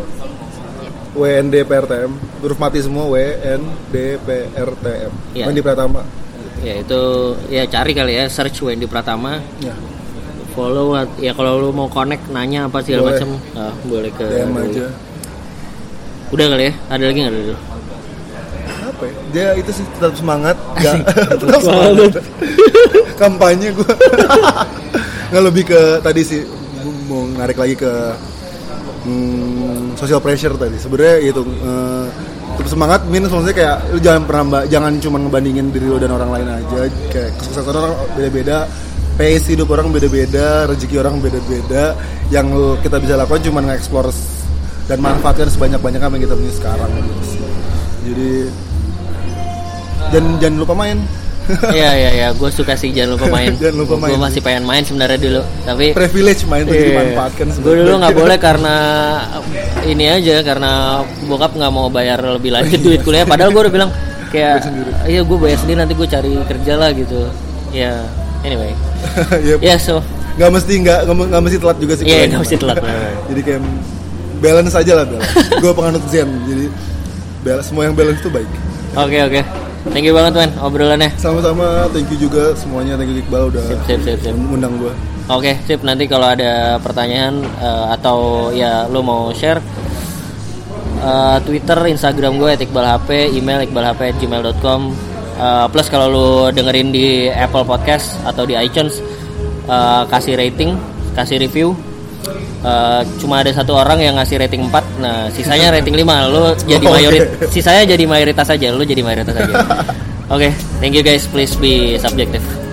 B: W N D P R T M, huruf mati semua, W N D P R T M.
A: Yeah.
B: Wendy Pratama.
A: Ya itu ya cari kali ya, search Wendy Pratama.
B: Ya.
A: follow ya kalau lu mau connect nanya apa segala macam uh, boleh ke
B: D M aja.
A: Udah kali ya, ada lagi nggak dulu?
B: Apa ya? Dia itu sih tetap semangat, nggak tetap semangat. Kampanye gue. Nggak lebih ke tadi sih mau narik lagi ke hmm, social pressure tadi. Sebenarnya itu uh, tetap semangat minus maksudnya kayak lu jangan pernah jangan cuma ngebandingin diri lu dan orang lain aja. Kayak kesuksesan orang beda-beda. Pace hidup orang beda-beda, rezeki orang beda-beda. Yang kita bisa lakukan cuma nge-explore dan manfaatkan sebanyak-banyaknya apa yang kita punya sekarang gitu. Jadi dan jangan lupa main.
A: Iya iya iya, gue suka sih jangan lupa main.
B: Jangan lupa main.
A: Gue masih pengen main sebenarnya dulu, tapi
B: privilege main itu
A: iya,
B: dimanfaatkan.
A: Gue dulu nggak boleh karena ini aja, karena bokap nggak mau bayar lebih lanjut duit kuliah. Padahal gue udah bilang kayak, iya gue bayar sendiri nanti gue cari kerja lah gitu. Ya anyway.
B: Ya
A: yeah, so
B: nggak mesti nggak nggak mesti telat juga sih.
A: Iya nggak mesti telat.
B: Jadi kayak balance aja lah balance. Gue penganut Zen, jadi balance, semua yang balance itu baik.
A: Oke okay, oke. Okay. Thank you banget man obrolannya.
B: Sama-sama, thank you juga semuanya, thank you Iqbal udah
A: sip, sip, sip, sip.
B: undang gue.
A: Oke, okay, sip. Nanti kalau ada pertanyaan uh, atau ya lo mau share uh, Twitter, Instagram gue at iqbal h p, email iqbal h p at gmail dot com. Uh, plus kalau lo dengerin di Apple Podcast atau di iTunes, uh, kasih rating, kasih review. Uh, cuma ada satu orang yang ngasih rating empat. Nah, sisanya rating lima. Lu jadi
B: oh,
A: mayoritas.
B: Okay.
A: Sisanya jadi mayoritas aja. Lu jadi mayoritas aja. Oke, okay, thank you guys. Please be subjective.